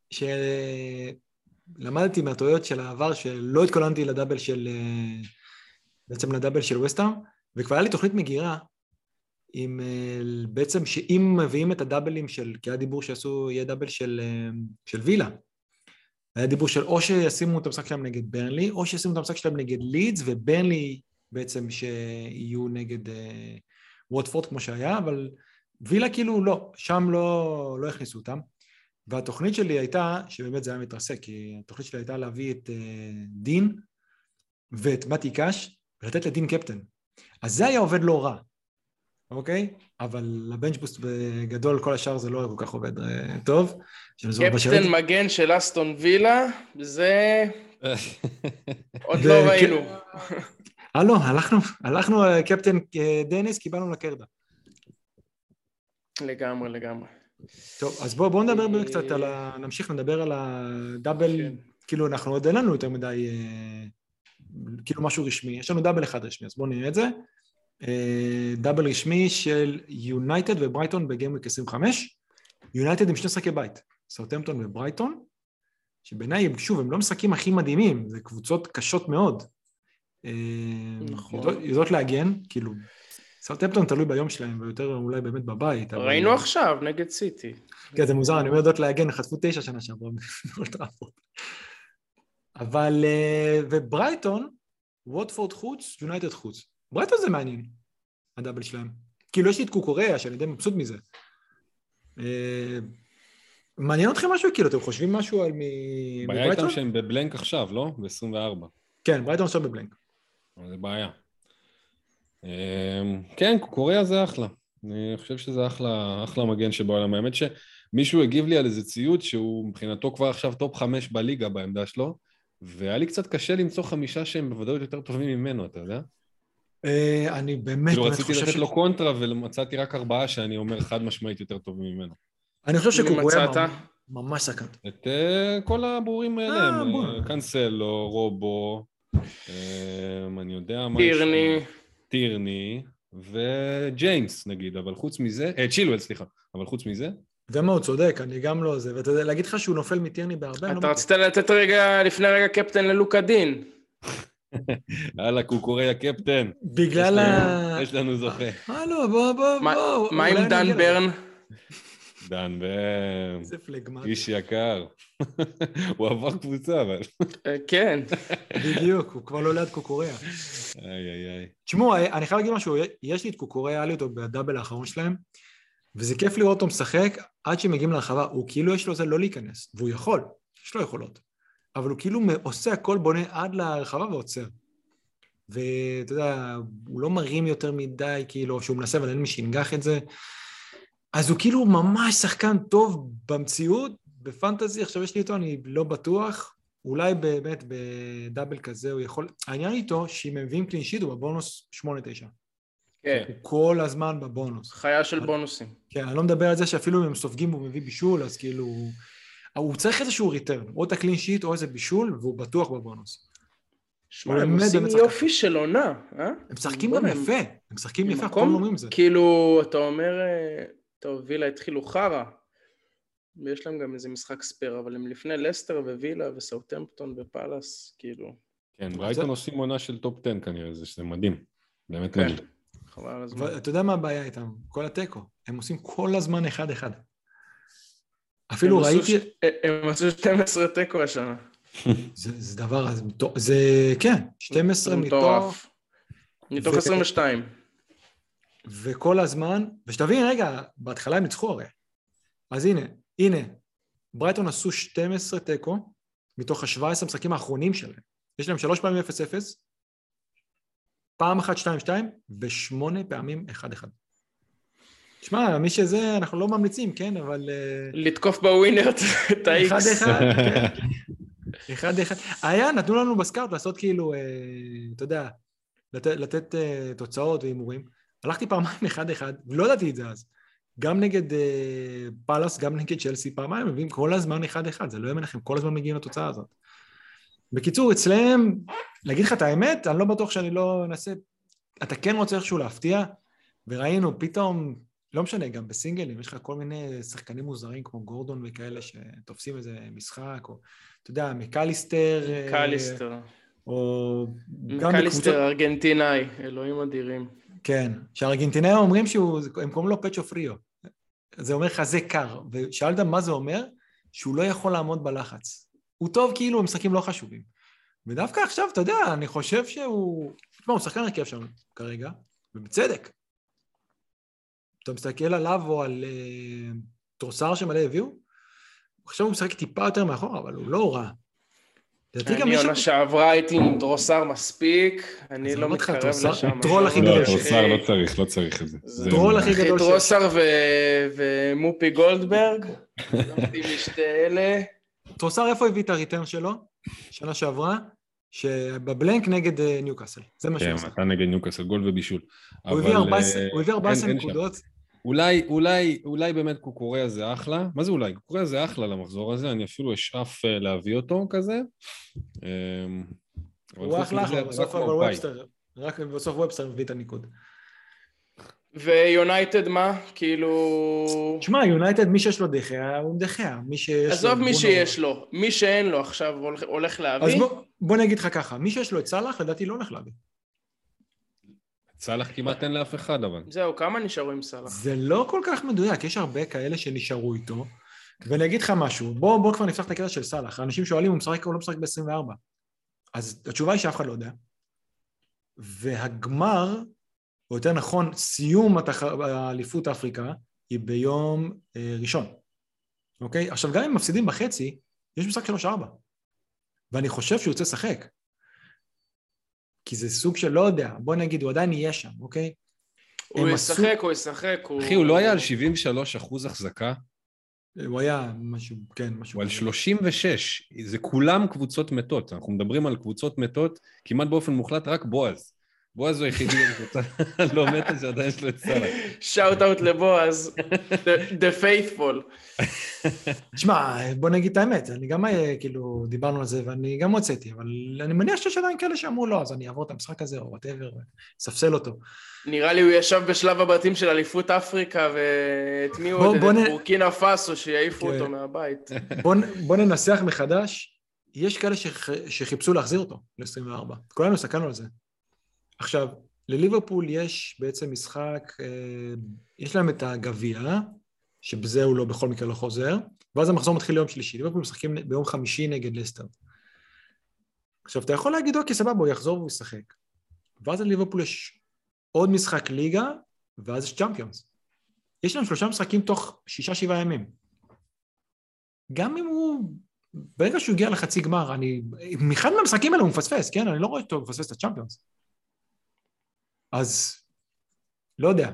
שלמדתי מהטעויות של העבר, שלא התכוננתי לדאבל של, בעצם לדאבל של ווסטהאם, וכבר היה לי תוכנית מגירה, עם, בעצם שאם מביאים את הדאבלים של, כי היה דיבור שעשו, יהיה דאבל של וילה. היה דיבור של או שישימו את המשחק שלהם נגד ברנלי, או שישימו את המשחק שלהם נגד לידס, וברנלי בעצם שיהיו נגד ווטפורד כמו שהיה, אבל וילה כאילו לא, שם לא הכניסו אותם. והתוכנית שלי הייתה, שבאמת זה היה מתרסק, כי התוכנית שלי הייתה להביא את דין ואת מתי קאש, ולתת לדין קפטן. אז זה היה עובד לא רע. אוקיי? אבל לבנצ'בוסט בגדול, כל השאר זה לא כל כך עובד טוב. קפטן מגן של אסטון וילה, זה עוד לא ראינו. לא, הלכנו קפטן דניס, קיבלנו לקרדה. לגמרי. טוב, אז בואו נדבר קצת נמשיך לדבר על הדאבל, כאילו אנחנו עוד אין לנו יותר מדי, כאילו משהו רשמי, יש לנו דאבל אחד רשמי, אז בואו נראה את זה. דאבל רשמי של יונייטד וברייטון בגיימוויק 25, יונייטד עם 2 משחקי בית, סאות'המפטון וברייטון, שבעיניי, שוב, הם לא משחקים הכי מדהימים, זה קבוצות קשות מאוד. נכון. יודעות להגן, כאילו, סאות'המפטון תלוי ביום שלהם, ויותר אולי באמת בבית. ראינו עכשיו, נגד סיטי. כן, זה מוזר, אני אומר יודעות להגן, חטפו 9 שנה שעברה, אבל, וברייטון, ווטפורד חוץ, יונייטד חוץ. ברייטון זה מעניין, הדאבל שלהם. כאילו יש לי את קוקוריאה, שאני די מבסוט מזה. מעניין אתכם משהו? כאילו, אתם חושבים משהו על מברייטון? בעיה איתם שהם בבלנק עכשיו, לא? ב-24. כן, ברייטון עכשיו בבלנק. זה בעיה. כן, קוקוריאה זה אחלה. אני חושב שזה אחלה מגן שבעולם. האמת שמישהו הגיב לי על איזה ציוד שהוא מבחינתו כבר עכשיו טופ 5 בליגה בעמדה שלו, והיה לי קצת קשה למצוא 5 שהם בוודאות יותר טובים ממנו, אתה יודע? אני באמת חושב רציתי לתת לו קונטרה ומצאתי רק 4 שאני אומר חד משמעית יותר טובים ממנו. אני חושב שקוקוריאה ממש סכן. את כל הברורים האלה, קנסלו, רובו, אני יודע מה יש... טירני וג'יימס נגיד, אבל חוץ מזה, צ'ילואל סליחה, אבל חוץ מזה... ומה הוא צודק, אני גם לא זה, ואתה יודע, להגיד לך שהוא נופל מטירני בהרבה... אתה רצית לתת לפני רגע קפטן ללוקה דין. הלאה, קוקוריאה קפטן. בגלל יש לנו זוכה. בוא. מה עם דן ברן? דן ברן. איזה פלגמטי. איש יקר. הוא עבר קבוצה, אבל... כן. בדיוק, הוא כבר לא ליד קוקוריאה. איי. תשמעו, אני חייב להגיד משהו, יש לי את קוקוריאה, היה לי אותו בדאבל האחרון שלהם, וזה כיף לראות אותו משחק עד שמגיעים להרחבה, הוא כאילו יש לו זה לא להיכנס, והוא יכול, יש לו יכולות. אבל הוא כאילו עושה הכל בונה עד להרחבה ועוצר. ואתה יודע, הוא לא מרים יותר מדי, כאילו, שהוא מנסה, אבל אין מי שינגח את זה. אז הוא כאילו ממש שחקן טוב במציאות, בפנטזי, עכשיו יש לי איתו, אני לא בטוח, אולי באמת בדאבל כזה הוא יכול... העניין איתו, שאם הם מביאים קלין שיט, הוא בבונוס 8-9. כן. הוא כל הזמן בבונוס. חיה של בונוסים. כן, אני לא מדבר על זה שאפילו אם הם סופגים והוא מביא בישול, אז כאילו... הוא צריך איזשהו ריטרן, או את הקלין שיט או איזה בישול, והוא בטוח בבונוס. שמע, הם עושים יופי של עונה, אה? הם משחקים גם יפה, הם משחקים יפה, הכל אומרים זה. כאילו, אתה אומר, טוב, וילה התחילו חרה, ויש להם גם איזה משחק ספר, אבל הם לפני לסטר ווילה וסאות'המפטון ופאלאס, כאילו. כן, ברייטון עושים עונה של טופ 10 כנראה, זה מדהים, באמת מדהים. חבל על הזמן. אתה יודע מה הבעיה איתם? כל הטקו, הם עושים כל הזמן אחד. אפילו ראיתי... הם עשו 12 טקו השנה. זה דבר, זה כן, 12 מתוך 22. וכל הזמן, ושתבין רגע, בהתחלה הם ניצחו הרי. אז הנה, ברייטון עשו 12 טקו, מתוך ה-17 משחקים האחרונים שלהם. יש להם 3 פעמים 0-0, פעם אחת 2-2, ו8 פעמים 1-1. תשמע, מי שזה, אנחנו לא ממליצים, כן, אבל... לתקוף בווינר את ה-X. 1-1. נתנו לנו בסקאוט לעשות כאילו, אתה יודע, לתת תוצאות ואימורים. הלכתי פעמיים 1-1, ולא ידעתי את זה אז. גם נגד פאלאס, גם נגד צ'לסי, פעמיים, מביאים כל הזמן 1-1, זה לא יאמן לכם, כל הזמן מגיעים לתוצאה הזאת. בקיצור, אצלם, להגיד לך את האמת, אני לא בטוח שאני לא אנסה, אתה כן רוצה איכשהו להפתיע, וראינו פתאום, לא משנה, גם בסינגלים, יש לך כל מיני שחקנים מוזרים, כמו גורדון וכאלה, שתופסים איזה משחק, או, אתה יודע, מקליסטר, או... מקליסטר ארגנטינאי, אלוהים אדירים. כן, שהארגנטינאים אומרים הם קוראים לו פצ'ו פריו, זה אומר חזה קר, ושאלת מה זה אומר? שהוא לא יכול לעמוד בלחץ. הוא טוב כאילו, המשחקים לא חשובים. ודווקא עכשיו, אתה יודע, אני חושב שהוא... הוא שחקן הרכב שם כרגע, ובצדק. אתה מסתכל עליו או על טרוסר שמלא הביאו, עכשיו הוא משחק טיפה יותר מאחורה, אבל הוא לא רע. אני עונה שעברה הייתי עם טרוסר מספיק, אני לא מתקרב לשם. טרול הכי גדול. טרוסר לא צריך את זה. טרול הכי גדול. טרוסר ומופי גולדברג, למתי משתי אלה. טרוסר איפה הביא את הריטרן שלו? שנה שעברה? שבבלנק נגד ניוקאסל. זה מה שהוא עושה. כן, אתה נגד ניוקאסל, גול ובישול. הוא הביא 14 נקודות. אולי באמת קוקוריה זה אחלה. מה זה אולי? קוקוריה זה אחלה למחזור הזה, אני אפילו אשאף להביא אותו כזה. הוא אחלה, רק בסוף וובסטר מביא את הניקוד. ויונייטד מה? כאילו... תשמע, יונייטד מי שיש לו דחיה, הוא דחיה. עזוב מי שיש לו, מי שאין לו עכשיו הולך להביא. אז בוא נגיד לך ככה, מי שיש לו את סלאח, לדעתי לא הולך להביא. סלאח כמעט אין לאף אחד, אבל. זהו, כמה נשארו עם סלאח? זה לא כל כך מדויק, יש הרבה כאלה שנשארו איתו, ואני אגיד לך משהו, בוא כבר נפתח את הקטע של סלאח, האנשים שואלים הוא משחק או לא משחק ב-24, אז התשובה היא שאף אחד לא יודע, והגמר, או יותר נכון, סיום האליפות אפריקה, היא ביום ראשון, אוקיי? עכשיו גם אם מפסידים בחצי, יש משחק 3-4, ואני חושב שהוא יוצא לשחק, כי זה סוג של לא יודע, בוא נגיד, הוא עדיין יהיה שם, אוקיי? הוא ישחק. אחי, הוא לא היה על 73% החזקה? הוא היה משהו, כן, משהו. הוא על 36, זה כולם קבוצות מתות, אנחנו מדברים על קבוצות מתות, כמעט באופן מוחלט, רק בועז. בועז הוא היחידי לא מתה שעדיין יש לו את סלאח. שאוט אאוט לבועז, the faithful. תשמע, בוא נגיד את האמת, אני גם כאילו דיברנו על זה ואני גם הוצאתי, אבל אני מניח שיש עדיין כאלה שאמרו לא, אז אני אעבור את המשחק הזה או whatever, ספסל אותו. נראה לי הוא ישב בשלב הבתים של אליפות אפריקה, ואת מי הוא עוד את בורקינה פאסו שיעיפו אותו מהבית. בוא ננסח מחדש, יש כאלה שחיפשו להחזיר אותו ל-24, כולנו סקרנו על זה. עכשיו, לליברפול יש בעצם משחק, יש להם את הגביע, שבזה הוא לא בכל מקרה לא חוזר, ואז המחזור מתחיל ליום שלישי, ליברפול משחקים ביום חמישי נגד לסטר. עכשיו, אתה יכול להגיד, אוקיי, סבבה, הוא יחזור והוא ישחק. ואז לליברפול יש עוד משחק ליגה, ואז יש צ'אמפיונס. יש להם 3 משחקים תוך 6-7 ימים. גם אם הוא, ברגע שהוא הגיע לחצי גמר, מאחד מהמשחקים האלה הוא מפספס, כן? אני לא רואה אותו מפספס את הצ'אמפיונס. אז, לא יודע.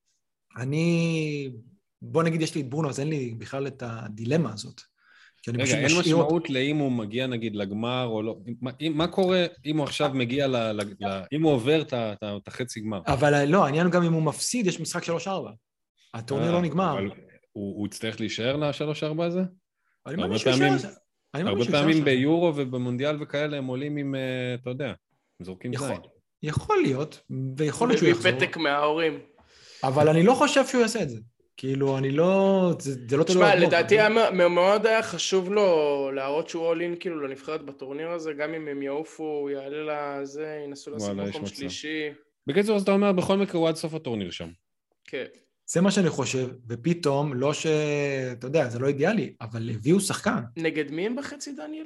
בוא נגיד יש לי את ברונו, אז אין לי בכלל את הדילמה הזאת. רגע, אין משמעות לאם הוא מגיע נגיד לגמר או לא, מה קורה אם הוא עכשיו מגיע, אם הוא עובר את החצי גמר? אבל לא, העניין גם אם הוא מפסיד, יש משחק 3-4. הטורניר לא נגמר. אבל הוא יצטרך להישאר ל-3-4 הזה? אני מאמין שישאר. הרבה פעמים ביורו ובמונדיאל וכאלה הם עולים עם, אתה יודע. הם זורקים זין. יכול להיות, ויכול להיות שהוא יחזור. מביא פתק מההורים. אבל אני לא חושב שהוא יעשה את זה. כאילו, אני לא... זה לא תלוי... תשמע, לדעתי מאוד היה חשוב לו להראות שהוא all in כאילו לנבחרת בטורניר הזה, גם אם הם יעופו, הוא יעלה לזה, ינסו לעשות מקום שלישי. בקיצור, אז אתה אומר, בכל מקרה הוא עד סוף הטורניר שם. כן. זה מה שאני חושב, ופתאום, לא ש... אתה יודע, זה לא אידיאלי, אבל הביאו שחקן. נגד מי הם בחצי, דניאל?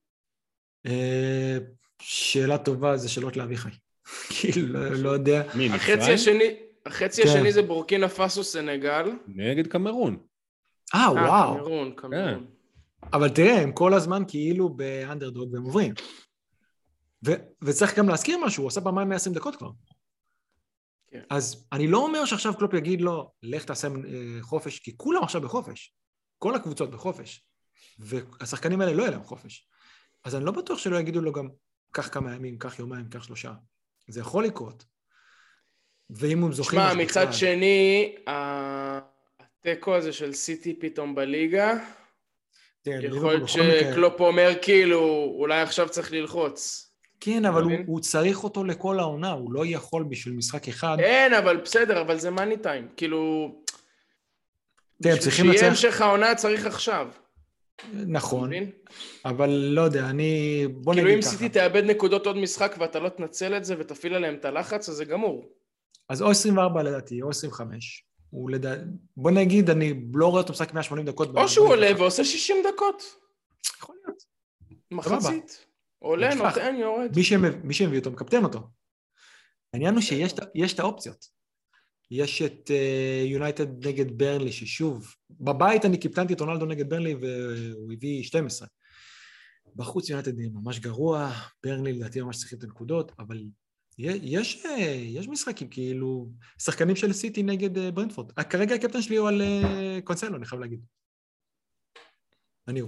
שאלה טובה, זה שאלות לאביחי. כאילו, לא יודע. מי, החצי השני זה בורקינה פאסו סנגל. נגד קמרון. וואו. קמרון. אבל תראה, הם כל הזמן כאילו באנדרדוג והם עוברים. וצריך גם להזכיר משהו, הוא עושה פעמיים 120 דקות כבר. כן. אז אני לא אומר שעכשיו קלופ יגיד לו, לך תעשה חופש, כי כולם עכשיו בחופש. כל הקבוצות בחופש. והשחקנים האלה לא יהיה להם חופש. אז אני לא בטוח שלא יגידו לו גם, קח כמה ימים, קח יומיים, קח 3. זה יכול לקרות. ואם הם זוכים... שמע, מצד שני, הטקו הזה של סיטי פתאום בליגה, יכול להיות שקלופ אומר כאילו, אולי עכשיו צריך ללחוץ. כן, אבל הוא צריך אותו לכל העונה, הוא לא יכול בשביל משחק אחד. אין, אבל בסדר, אבל זה מאני טיים, כאילו... צריכים לצליח... שיהיה המשך העונה צריך עכשיו. נכון, אבל לא יודע, בוא נגיד ככה. כאילו אם סיטי תאבד נקודות עוד משחק ואתה לא תנצל את זה ותפעיל עליהם את הלחץ, אז זה גמור. אז או 24 לדעתי, או 25. בוא נגיד, אני לא רואה אותו משחק 180 דקות. או שהוא עולה ועושה 60 דקות. יכול להיות. מחצית. עולה, נותן, יורד. מי שמביא אותו, מקפטן אותו. העניין הוא שיש את האופציות. יש את יונייטד נגד ברנלי, ששוב, בבית אני קיפטנתי את רונלדו נגד ברנלי, והוא הביא 12. בחוץ יונייטד ממש גרוע, ברנלי לדעתי ממש צריכים את הנקודות, אבל יש משחקים, כאילו, שחקנים של סיטי נגד ברנטפורד. כרגע הקפטן שלי הוא על קונסלו, אני חייב להגיד. אני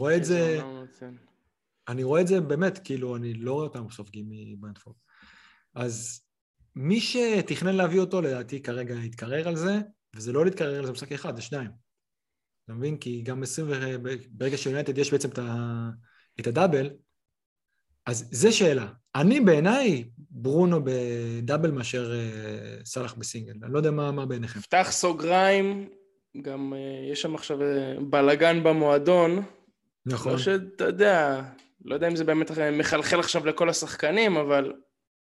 רואה את זה באמת, כאילו, אני לא רואה אותם סופגים מברנטפורד. אז מי שתכנן להביא אותו, לדעתי כרגע יתקרר על זה, וזה לא להתקרר על זה משחק אחד, זה 2. אתה מבין? כי גם ברגע שיונייטד יש בעצם את הדאבל, אז זה שאלה. אני בעיניי ברונו בדאבל מאשר סלח בסינגל. אני לא יודע מה בעיניכם. פתח סוגריים, גם יש שם עכשיו בלגן במועדון. נכון. לא שאתה יודע, לא יודע אם זה באמת מחלחל עכשיו לכל השחקנים, אבל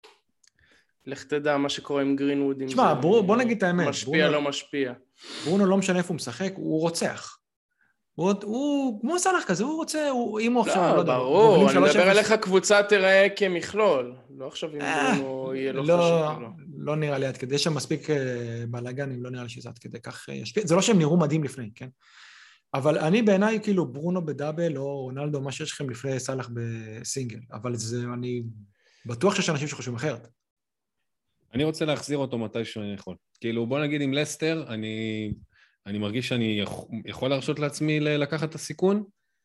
לך תדע מה שקורה עם גרינווד. תשמע, בוא נגיד את האמת. משפיע, לא משפיע. ברונו לא משנה איפה הוא משחק, הוא רוצח. הוא כמו סלח כזה, הוא רוצה, אם הוא עכשיו, לא יודע. ברור, אני מדבר עליך קבוצה תראה כמכלול. לא עכשיו אם ברונו יהיה לא חשוב. לא נראה לי עד כדי, יש שם מספיק בלגנים, לא נראה לי שזה עד כדי כך ישפיע. זה לא שהם נראו מדהים לפני, כן? אבל אני בעיניי כאילו ברונו בדאבל או רונלדו, מה שיש לכם לפני סלח בסינגל. אבל אני בטוח שיש אנשים שחושבים אחרת. אני רוצה להחזיר אותו מתי שאני יכול. כאילו, בוא נגיד עם לסטר, אני מרגיש שאני יכול להרשות לעצמי לקחת את הסיכון.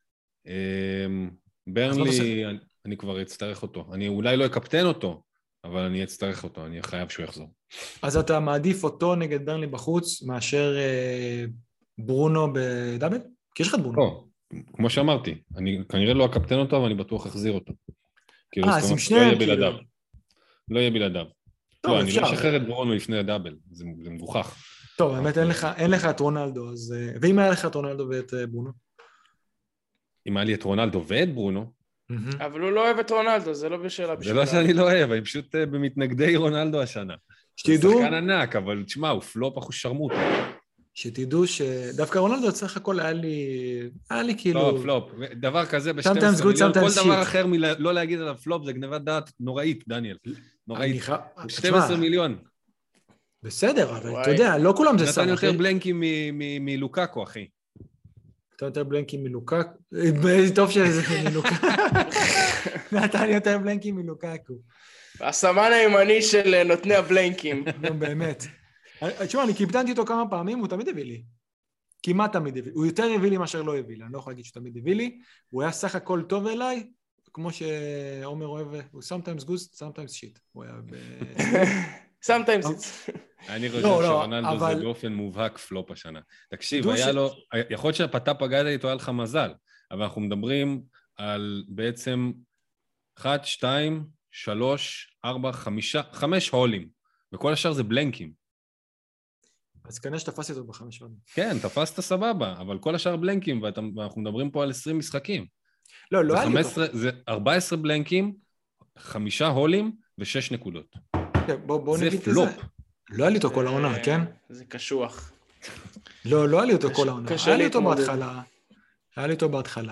ברנלי, אני כבר אצטרך אותו. אני אולי לא אקפטן אותו, אבל אני אצטרך אותו, אני חייב שהוא יחזור. אז אתה מעדיף אותו נגד ברנלי בחוץ, מאשר ברונו בדאבל? כי יש לך את ברונו. לא, כמו שאמרתי, אני כנראה לא אקפטן אותו, אבל אני בטוח אחזיר אותו. אז עם שניהם כאילו. לא יהיה בלעדיו. לא, אני לא אשחרר את ברונו לפני הדאבל, זה מגוחך. טוב, באמת אין לך את רונלדו, אז... ואם היה לך את רונלדו ואת ברונו? אם היה לי את רונלדו ואת ברונו... אבל הוא לא אוהב את רונלדו, זה לא בשאלה בשבילה. זה לא שאני לא אוהב, אני פשוט במתנגדי רונלדו השנה. שתדעו... זה שחקן ענק, אבל תשמע, הוא פלופ אחוז שרמוט. שתדעו שדווקא רונלדו צריך הכל, היה לי כאילו... פלופ. דבר כזה ב-12 מיליון, כל דבר אחר לא להגיד עליו פלופ, זה גנבת דעת נוראית, דניאל. נוראית. 12 מיליון. בסדר, אבל אתה יודע, לא כולם זה סתם. נתן יותר בלנקים מלוקאקו, אחי. נתן יותר בלנקים מלוקאקו. טוב שזה מלוקאקו. נתן יותר בלנקים מלוקאקו. הסמן הימני של נותני הבלנקים. נו, באמת. תשמע, אני קיפטנתי אותו כמה פעמים, הוא תמיד הביא לי. כמעט תמיד הביא לי. הוא יותר הביא לי מאשר לא הביא לי. אני לא יכול להגיד שהוא תמיד הביא לי. הוא היה סך הכל טוב אליי, כמו שעומר אוהב, הוא sometimes good, sometimes shit. הוא היה sometimes it's... אני חושב שרונלדו זה באופן מובהק פלופ השנה. תקשיב, היה לו, יכול להיות שהפתה פגעת איתו, היה לך מזל, אבל אנחנו מדברים על בעצם 1, 2, 3, 4, 5 הולים, וכל השאר זה בלנקים. אז כנראה שתפסתי אותו ב5 הולים. כן, תפסת סבבה, אבל כל השאר בלנקים, ואנחנו מדברים פה על 20 משחקים. לא היה לי אותו. זה 14 בלנקים, 5 הולים ו6 נקודות. בוא זה נגיד את פלופ. זה. לא היה לי אותו כל העונה, כן? זה קשוח. לא היה לי אותו כל העונה. קשה היה לי אותו להתמודד. בהתחלה. היה לי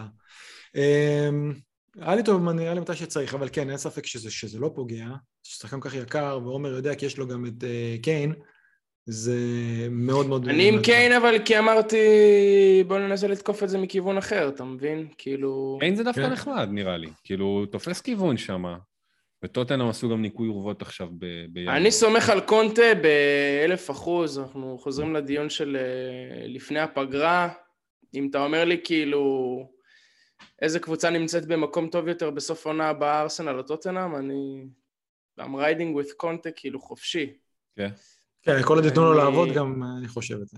אותו נראה לי מתי שצריך, אבל כן, אין ספק שזה לא פוגע, ששחקן כך יקר, ועומר יודע כי יש לו גם את קיין, זה מאוד מאוד... אני עם קיין, אבל כי אמרתי, בוא ננסה לתקוף את זה מכיוון אחר, אתה מבין? כאילו... קיין זה דווקא נחמד, נראה לי. כאילו, תופס כיוון שם. וטוטנהאם עשו גם ניקוי אורוות עכשיו בינואר. אני סומך על קונטה ב1,000%, אנחנו חוזרים לדיון של לפני הפגרה, אם אתה אומר לי כאילו איזה קבוצה נמצאת במקום טוב יותר בסוף עונה בארסנל או טוטנהאם, I'm riding with קונטה כאילו חופשי. כן. כן, כל עוד יתנו לו לעבוד גם אני חושב את זה.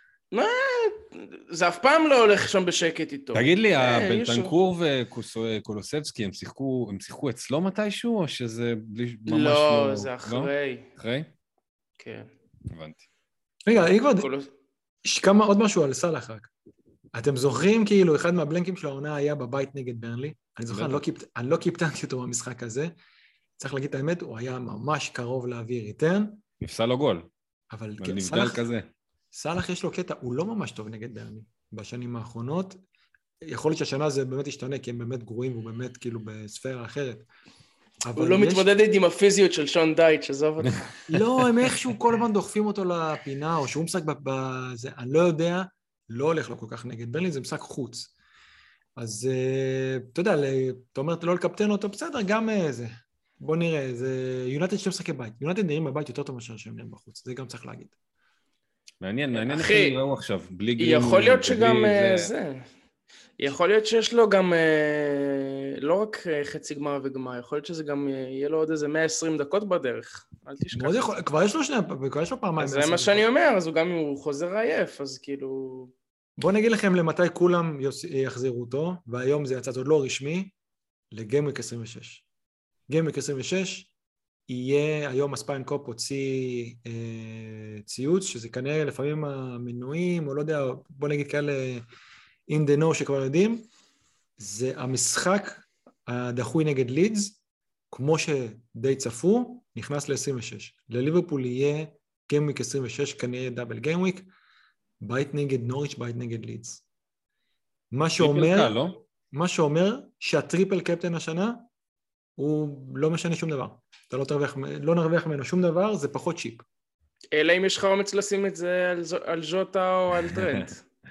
זה אף פעם לא הולך שם בשקט איתו. תגיד לי, בנטנקור וקולוסבסקי, הם שיחקו אצלו מתישהו, או שזה ממש לא... לא, זה אחרי. אחרי? כן. הבנתי. רגע, יש כמה עוד משהו על סלאח רק. אתם זוכרים כאילו אחד מהבלנקים של העונה היה בבית נגד ברנלי? אני זוכר, אני לא קיפטנתי אותו במשחק הזה. צריך להגיד את האמת, הוא היה ממש קרוב להביא ריטרן. נפסל לו גול. אבל נבדל כזה. סלאח יש לו קטע, הוא לא ממש טוב נגד ברנלי בשנים האחרונות. יכול להיות שהשנה זה באמת ישתנה, כי הם באמת גרועים, והוא באמת כאילו בספירה אחרת. הוא לא מתמודד עם הפיזיות של שון דייט, שזוב אותך. לא, הם איכשהו כל הזמן דוחפים אותו לפינה, או שהוא משחק בזה, אני לא יודע, לא הולך לו כל כך נגד ברנלי, זה משחק חוץ. אז אתה יודע, אתה אומר, לא לקפטן אותו, בסדר, גם זה. בוא נראה, זה יונייטד שתי משחקי בית. יונייטד נראים בבית יותר טוב מאשר שהם נראים בחוץ, זה גם צריך להגיד. מעניין איך הם נראו עכשיו, בלי גרים. יכול להיות שגם זה. יכול להיות שיש לו גם, לא רק חצי גמר וגמר, יכול להיות שזה גם יהיה לו עוד איזה 120 דקות בדרך. אל תשכח. כבר יש לו פעמיים. זה מה שאני אומר, אז הוא גם אם הוא חוזר עייף, אז כאילו... בוא נגיד לכם למתי כולם יחזירו אותו, והיום זה יצא עוד לא רשמי, לגיימוויק 26. גיימוויק 26 יהיה, היום הספיין קופ הוציא ציוץ, שזה כנראה לפעמים המנויים, או לא יודע, בוא נגיד כאלה in the know שכבר יודעים, זה המשחק הדחוי נגד לידס, כמו שדי צפו, נכנס ל-26. לליברפול יהיה גיימוויק 26, כנראה דאבל גיימוויק, בית נגד נוריץ', בית נגד לידס. מה שאומר שהטריפל קפטן השנה, הוא לא משנה שום דבר. אתה לא נרוויח ממנו שום דבר, זה פחות צ'יפ. אלא אם יש לך אומץ לשים את זה על ז'וטה או על טרנט.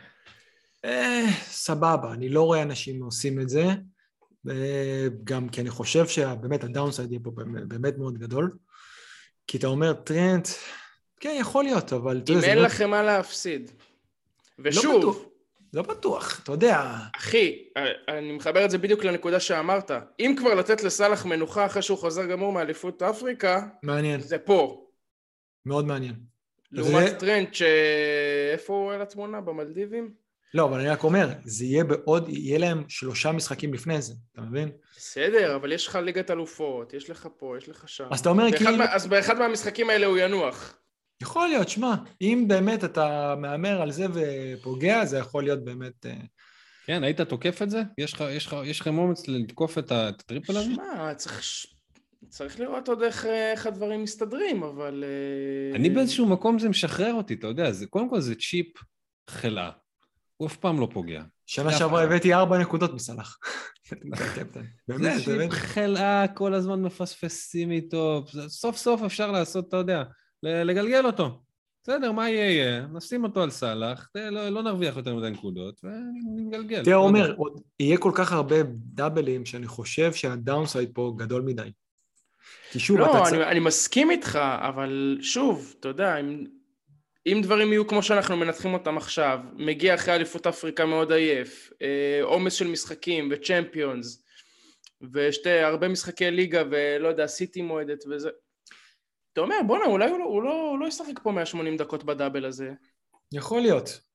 סבבה, אני לא רואה אנשים עושים את זה, גם כי אני חושב שבאמת הדאונסייד יהיה פה באמת מאוד גדול, כי אתה אומר טרנט, כן, יכול להיות, אבל... אם אין לכם מה להפסיד. ושוב... לא בטוח, אתה יודע. אחי, אני מחבר את זה בדיוק לנקודה שאמרת. אם כבר לתת לסלאח מנוחה אחרי שהוא חוזר גמור מאליפות אפריקה, מעניין. זה פה. מאוד מעניין. לעומת טרנט איפה הוא על התמונה? במלדיבים? לא, אבל אני רק אומר, זה יהיה להם 3 משחקים לפני זה, אתה מבין? בסדר, אבל יש לך ליגת אלופות, יש לך פה, יש לך שם. אז אתה אומר כאילו... אז באחד מהמשחקים האלה הוא ינוח. יכול להיות, שמה, אם באמת אתה מאמר על זה ופוגע, זה יכול להיות באמת... כן, היית תוקף את זה? יש לכם אומץ לתקוף את הטריפל הזה? שמה, צריך לראות עוד איך הדברים מסתדרים, אבל... אני באיזשהו מקום זה משחרר אותי, אתה יודע, קודם כל זה צ'יפ חלה. הוא אף פעם לא פוגע. שנה שעברה הבאתי 4 נקודות מסלח. באמת, זה צ'יפ חלה, כל הזמן מפספסים איתו, סוף סוף אפשר לעשות, אתה יודע, לגלגל אותו. בסדר, מה יהיה? נשים אותו על סלאח, לא נרוויח יותר מדי נקודות, ונגלגל. תראה, עומר, יהיה כל כך הרבה דאבלים שאני חושב שהדאונסייד פה גדול מדי. לא, אני מסכים איתך, אבל שוב, אתה יודע, אם דברים יהיו כמו שאנחנו מנתחים אותם עכשיו, מגיע אחרי אליפות אפריקה מאוד עייף, עומס של משחקים וצ'מפיונס, הרבה משחקי ליגה ולא יודע, סיטי מועדת וזה, אתה אומר, בוא'נה, אולי הוא לא ישחק פה 180 דקות בדאבל הזה. יכול להיות.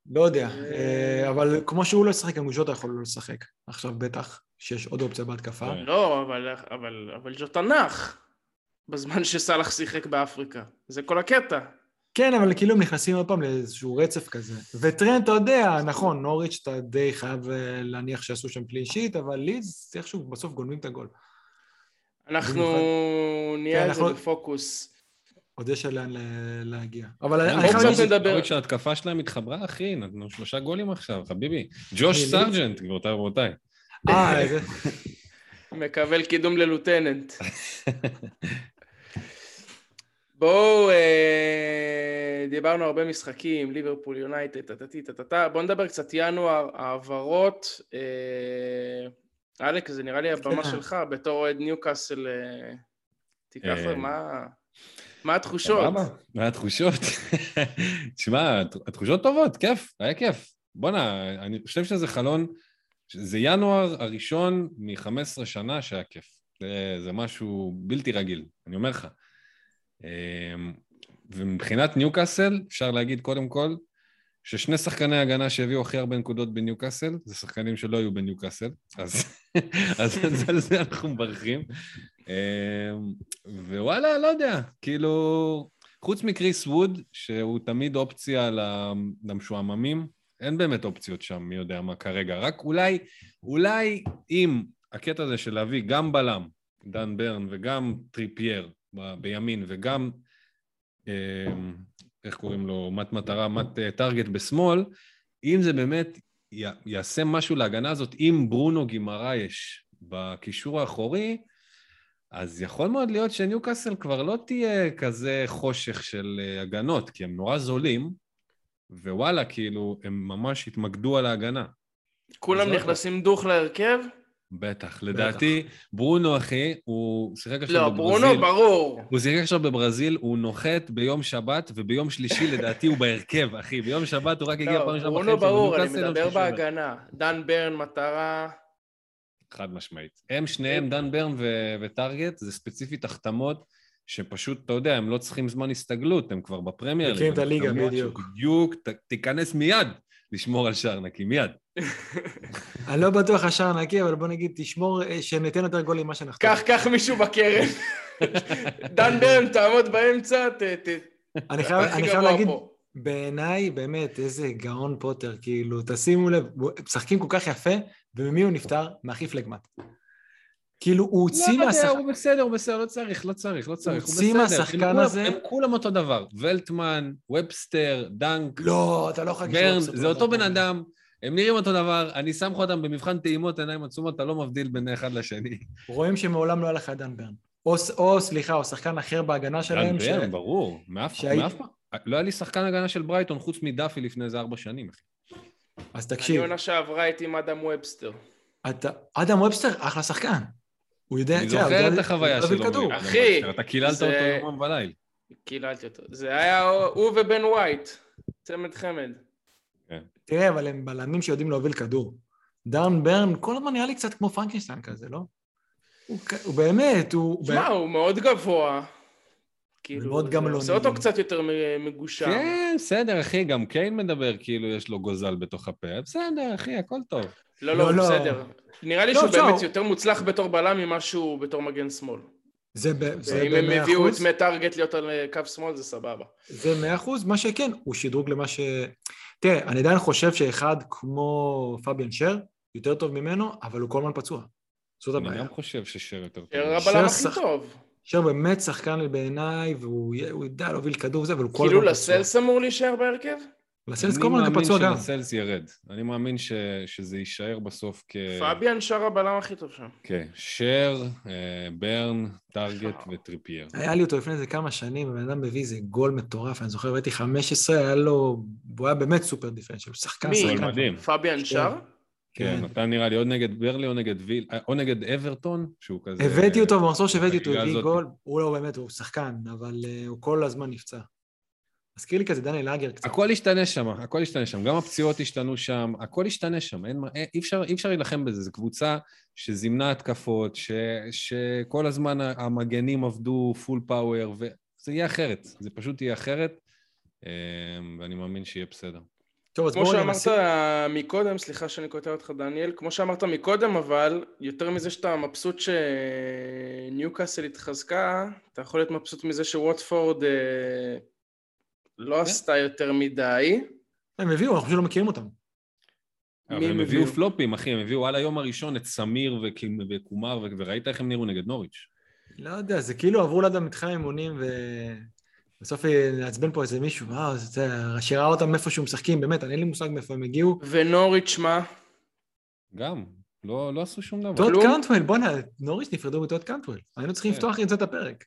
לא יודע, אבל כמו שהוא לא ישחק, גם ז'וטה יכול לא לשחק. עכשיו בטח שיש עוד אופציה בהתקפה. לא, אבל ז'וטה נח בזמן שסלח שיחק באפריקה. זה כל הקטע. כן, אבל כאילו הם נכנסים עוד פעם לאיזשהו רצף כזה. וטרנט, אתה יודע, נכון, נוריץ' אתה די חייב להניח שעשו שם פלי אישית, אבל לידס, איכשהו בסוף גונבים את הגול. אנחנו נהיה על זה בפוקוס. עוד יש לאן להגיע. אבל אני חייב להגיד שההתקפה שלהם התחברה, אחי, נתנו 3 גולים עכשיו, חביבי. ג'וש סרג'נט, גבירותיי ורבותיי. איזה... מקבל קידום ללוטננט. בואו, דיברנו הרבה משחקים, ליברפול, יונייטד, בואו נדבר קצת ינואר, העברות. אלק, זה נראה לי הבמה שלך, בתור אוהד ניוקאסל, תיקח מה התחושות? מה התחושות? תשמע, התחושות טובות, כיף, היה כיף. בוא'נה, אני חושב שזה חלון, זה ינואר הראשון מ-15 שנה שהיה כיף. זה משהו בלתי רגיל, אני אומר לך. ומבחינת ניוקאסל, אפשר להגיד קודם כל, ששני שחקני הגנה שהביאו הכי הרבה נקודות בניוקאסל, זה שחקנים שלא היו בניוקאסל, אז על זה אנחנו מברכים. ווואלה, לא יודע, כאילו, חוץ מקריס ווד, שהוא תמיד אופציה למשועממים, אין באמת אופציות שם, מי יודע מה כרגע, רק אולי אם הקטע הזה של להביא גם בלם, דן ברן, וגם טריפייר בימין, וגם, איך קוראים לו, מת מטרה, מת טרגט בשמאל, אם זה באמת יעשה משהו להגנה הזאת, אם ברונו גימרייש בקישור האחורי, אז יכול מאוד להיות שניוקאסל כבר לא תהיה כזה חושך של הגנות, כי הם נורא זולים, ווואלה, כאילו, הם ממש התמקדו על ההגנה. כולם נכנסים דוך להרכב? בטח, לדעתי, ברונו, אחי, הוא שיחק עכשיו בברזיל. לא, ברונו, ברור. הוא שיחק עכשיו בברזיל, הוא נוחת ביום שבת, וביום שלישי, לדעתי, הוא בהרכב, אחי. ביום שבת הוא רק הגיע פעם ראשונה בחיים. ברונו, ברור, אני מדבר בהגנה. דן ברן, מטרה... חד משמעית. הם שניהם, דן ברן וטרגט, זה ספציפית החתמות, שפשוט, אתה יודע, הם לא צריכים זמן הסתגלות, הם כבר בפרמייר. מכירים את הליגה, בדיוק. בדיוק, תיכנס מיד לשמור על שער נקי, מיד. אני לא בטוח השער נקי, אבל בוא נגיד, תשמור שניתן יותר גולים ממה שנחתום. קח מישהו בקרן. דן ברן, תעמוד באמצע, אני חייב להגיד, בעיניי, באמת, איזה גאון פוטר, כאילו, תשימו לב, משחקים כל כך יפה, וממי הוא נפטר? מאחי פלגמט. כאילו, הוא הוציא מהשחקן... הוא בסדר, לא צריך. הוא הוציא מהשחקן הזה... הם כולם אותו דבר, ולטמן, ובסטר, דנק... לא, אתה לא יכול... ברן, זה אותו בן אדם, הם נראים אותו דבר, אני שם לך אותם במבחן טעימות, עיניים עצומות, אתה לא מבדיל בין אחד לשני. רואים שמעולם לא היה לך דן ברן. או שחקן אחר בהגנה שלהם... דן ברן, ברור, מאף פעם. לא היה לי שחקן הגנה של ברייטון חוץ מדאפי לפני איזה 4 שנים, אחי. אז תקשיב. אני עונה שעברה איתי עם אדם ובסטר. אדם ובסטר, אחלה שחקן. הוא יודע... אני זוכר את החוויה שלו. אחי. אתה קיללת אותו יומם וליל. קיללתי אותו. זה היה הוא ובן ווייט. צמד חמד. תראה, אבל הם בלמים שיודעים להוביל כדור. דן ברן, כל הזמן נראה לי קצת כמו פרנקנשטיין כזה, לא? הוא באמת, תשמע, הוא מאוד גבוה. כאילו, זה עושה אותו קצת יותר מגושם. כן, בסדר, אחי, גם קיין מדבר כאילו יש לו גוזל בתוך הפה. בסדר, אחי, הכל טוב. לא, בסדר. נראה לי שהוא באמת יותר מוצלח בתור בלם ממה שהוא בתור מגן שמאל. אם הם הביאו את מטארגט להיות על קו שמאל, זה סבבה. זה 100%, מה שכן, הוא שדרוג למה ש... תראה, אני עדיין חושב שאחד כמו פאביאן שר, יותר טוב ממנו, אבל הוא כל הזמן פצוע. זאת הבעיה. אני גם חושב ששר יותר טוב. שר הבלם הכי טוב. שר באמת שחקן בעיניי, והוא יודע להוביל כדור וזה, אבל הוא כל הזמן פצוע. כאילו פצוע. לסלס אמור להישאר בהרכב? לסלס כל הזמן פצוע גם. אני מאמין שלסלס ירד. אני מאמין שזה יישאר בסוף פאביאן שר הבלם הכי טוב שם. כן, שר, ברן, טרגט וטריפייר. היה לי אותו לפני איזה כמה שנים, ובן אדם מביא איזה גול מטורף, אני זוכר, ראיתי 15, היה לו, הוא היה באמת סופר דיפרנציאל, שחקן. מי? פאביאן שר? כן, אתה נראה לי או נגד ברלי או נגד ויל, או נגד אברטון, שהוא כזה... הבאתי אותו, במחזור שהבאתי אותו, הביא גול, הוא לא באמת, הוא שחקן, אבל הוא כל הזמן נפצע. מזכיר לי כזה דני לאגר קצת. הכל השתנה שם, גם הפציעות השתנו שם, הכל השתנה שם, אי אפשר להילחם בזה, זו קבוצה שזימנה התקפות, שכל הזמן המגנים עבדו פול פאוור, וזה יהיה אחרת, זה פשוט יהיה אחרת, ואני מאמין שיהיה בסדר. טוב, אז כמו בואו רגע שאמרת מקודם, סליחה שאני קוטע אותך דניאל, כמו שאמרת מקודם, אבל יותר מזה שאתה מבסוט שניוקאסל התחזקה, אתה יכול להיות מבסוט מזה שווטפורד לא עשתה יותר מדי. הם הביאו, אנחנו פשוט לא מכירים אותם. אבל הם הביאו פלופים, אחי, הם הביאו על היום הראשון את סמיר וקומר, וראית איך הם נראו נגד נוריץ'. לא יודע, זה כאילו עברו לידם מתחם אימונים, ובסוף נעצבן פה איזה מישהו, שראה אותם איפשהו משחקים, באמת, אין לי מושג מאיפה הם הגיעו. ונוריץ' מה? גם, לא עשו שום דבר. טוד קאנטוול, בוא'נה, נוריץ' נפרדו מטוד קאנטוול. היינו צריכים לפתוח את זה את הפרק.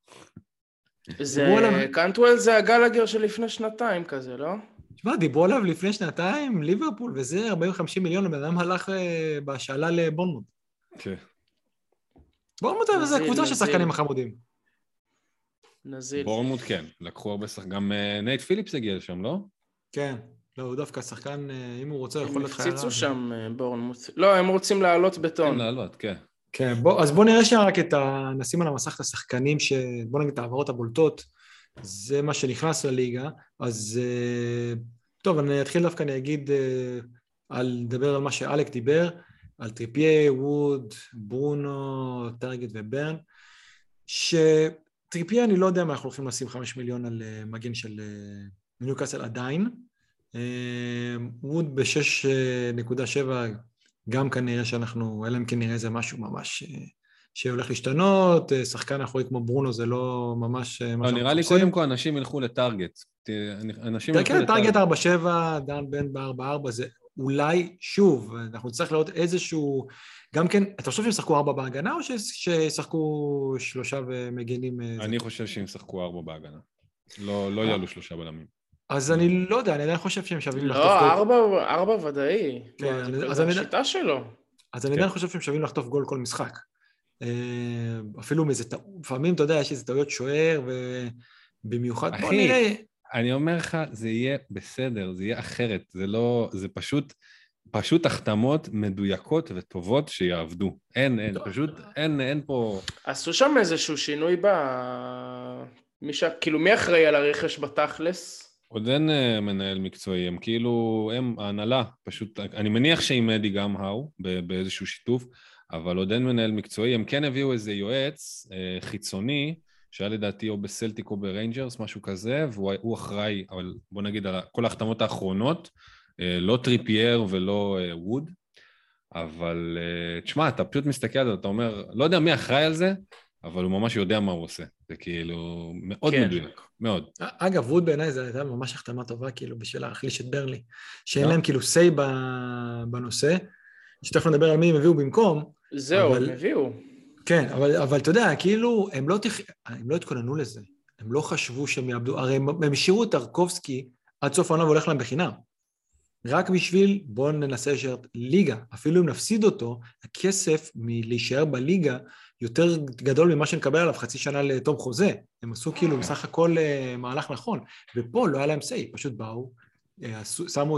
קאנטוול זה הגלגר של לפני שנתיים כזה, לא? תשמע, דיברו עליו לפני שנתיים, ליברפול וזה, 40-50 מיליון, הבן אדם הלך בהשאלה לבורנמוט. כן. בורנמוט זה קבוצה של שחקנים החמודים. נזיל. בורנמוט כן, לקחו הרבה שחקנים, גם נייט פיליפס הגיע לשם, לא? כן, לא, הוא דווקא שחקן, אם הוא רוצה, יכול להיות חיירה. הם הפציצו שם בורנמוט. לא, הם רוצים לעלות בטון. כן, לעלות, כן. כן, אז בוא נראה שרק נשים על המסך את השחקנים, בוא נגיד את העברות הבולטות, זה מה שנכנס לליגה, אז טוב, אני אתחיל דווקא, אני אגיד, לדבר על מה שאלק דיבר, על טריפיה, ווד, ברונו, טרגט וברן, שטריפיה אני לא יודע מה אנחנו הולכים לשים 5 מיליון על מגן של ניוקאסל עדיין, ווד ב-6.7 גם כנראה שאנחנו, אלא אם כן נראה איזה משהו ממש שהולך להשתנות, שחקן אחורי כמו ברונו זה לא ממש מה נראה לי קודם כל אנשים ילכו לטארגט. כן, טארגט 4-7, דן בן ב-4-4, זה אולי, שוב, אנחנו נצטרך לראות איזשהו, גם כן, אתה חושב שהם שחקו 4 בהגנה, או ששחקו 3 ומגנים? אני חושב שהם שחקו 4 בהגנה. לא יעלו 3 בלמים. אז אני לא יודע, אני עדיין חושב שהם שווים לחטוף גול. לא, 4 ודאי. זה השיטה שלו. אז אני עדיין חושב שהם שווים לחטוף גול כל משחק. אפילו מאיזה טעות, לפעמים אתה יודע, יש איזה טעויות שוער, ובמיוחד, בוא נראה. אני אומר לך, זה יהיה בסדר, זה יהיה אחרת, זה פשוט החתמות מדויקות וטובות שיעבדו. אין פה... עשו שם איזשהו שינוי כאילו מי אחראי על הרכש בתכלס? עוד אין מנהל מקצועי, הם כאילו, ההנהלה, פשוט, אני מניח שעם אדי גם האו, באיזשהו שיתוף, אבל עוד אין מנהל מקצועי, הם כן הביאו איזה יועץ חיצוני, שהיה לדעתי או בסלטיק או בריינג'רס, משהו כזה, והוא אחראי, אבל בוא נגיד על כל ההחתמות האחרונות, לא טריפייר ולא ווד, אבל תשמע, אתה פשוט מסתכל על זה, אתה אומר, לא יודע מי אחראי על זה, אבל הוא ממש יודע מה הוא עושה, זה כאילו מאוד מדויק, מאוד. אגב, ווד בעיניי זה הייתה ממש החתמה טובה, כאילו בשביל להחליש את ברלי, שאין להם כאילו סי בנושא, שתכף נדבר על מי הם הביאו במקום. זהו, הם הביאו. כן, אבל אתה יודע, כאילו, הם לא התכוננו לזה, הם לא חשבו שהם יעבדו, הרי הם השאירו את טרקובסקי עד סוף העונה והולך להם בחינם. רק בשביל, בואו ננסה להישאר ליגה, אפילו אם נפסיד אותו, הכסף מלהישאר בליגה יותר גדול ממה שנקבל עליו חצי שנה לתום חוזה. הם עשו כאילו בסך הכל מהלך נכון, ופה לא היה להם סי, פשוט באו, שמו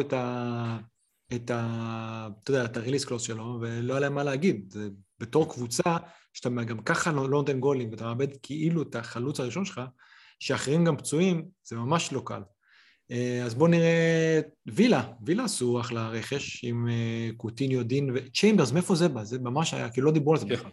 את הריליס קלוס שלו, ולא היה להם מה להגיד. זה בתור קבוצה, שאתה גם ככה לא נותן גולים, ואתה מאבד כאילו את החלוץ הראשון שלך, שאחרים גם פצועים, זה ממש לא קל. אז בואו נראה, וילה עשו אחלה רכש, עם קוטיניו, דין וצ'יימברס, מאיפה זה בא? זה ממש היה, כי לא דיברו על זה בכלל.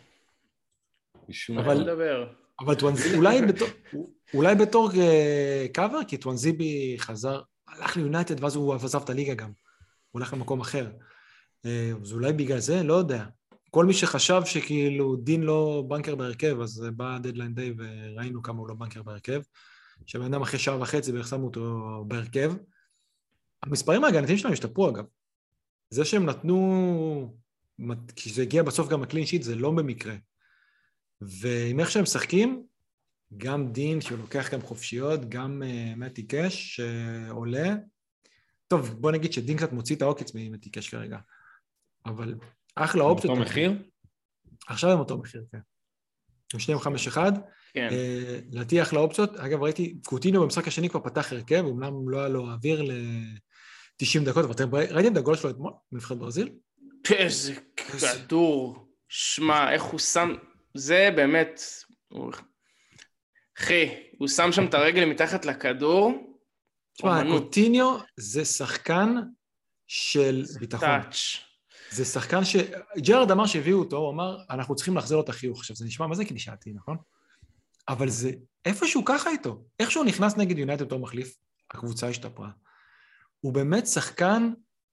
אבל אולי בתור קאבר, כי טואנזיבי חזר, הלך ליונייטד, ואז הוא עזב את הליגה גם. הוא הולך למקום אחר. אז אולי בגלל זה, לא יודע. כל מי שחשב שכאילו דין לא בנקר בהרכב, אז בא דדליין דיי וראינו כמה הוא לא בנקר בהרכב. שבן אדם אחרי 1.5 שעות בערך שמו אותו בהרכב. המספרים ההגנתיים שלנו השתפרו אגב. זה שהם נתנו, כי זה הגיע בסוף גם הקלין שיט, זה לא במקרה. ועם איך שהם משחקים, גם דין שהוא לוקח גם חופשיות, גם מתי קש שעולה. טוב, בוא נגיד שדין קצת מוציא את העוקץ ממתי קש כרגע. אבל אחלה אופציות. אותו מחיר? עכשיו הם אותו מחיר, כן. עם שניהם 5-1. כן. לדעתי אחלה אופציות. אגב, ראיתי, קוטיניו במשחק השני כבר פתח הרכב, אומנם לא היה לו אוויר ל-90 דקות, אבל ראיתם את הגול שלו אתמול, בנבחרת ברזיל? איזה כדור. שמע, איך הוא שם, זה באמת, אחי, הוא שם שם את הרגל מתחת לכדור, תשמע, קוטיניו זה שחקן של ביטחון. טאץ'. זה שחקן ג'רארד אמר שהביאו אותו, הוא אמר, אנחנו צריכים להחזיר לו את החיוך. עכשיו, זה נשמע מה זה קלישאתי, נכון? אבל זה איפשהו ככה איתו. איכשהו נכנס נגד יונייטד אותו מחליף, הקבוצה השתפרה. הוא באמת שחקן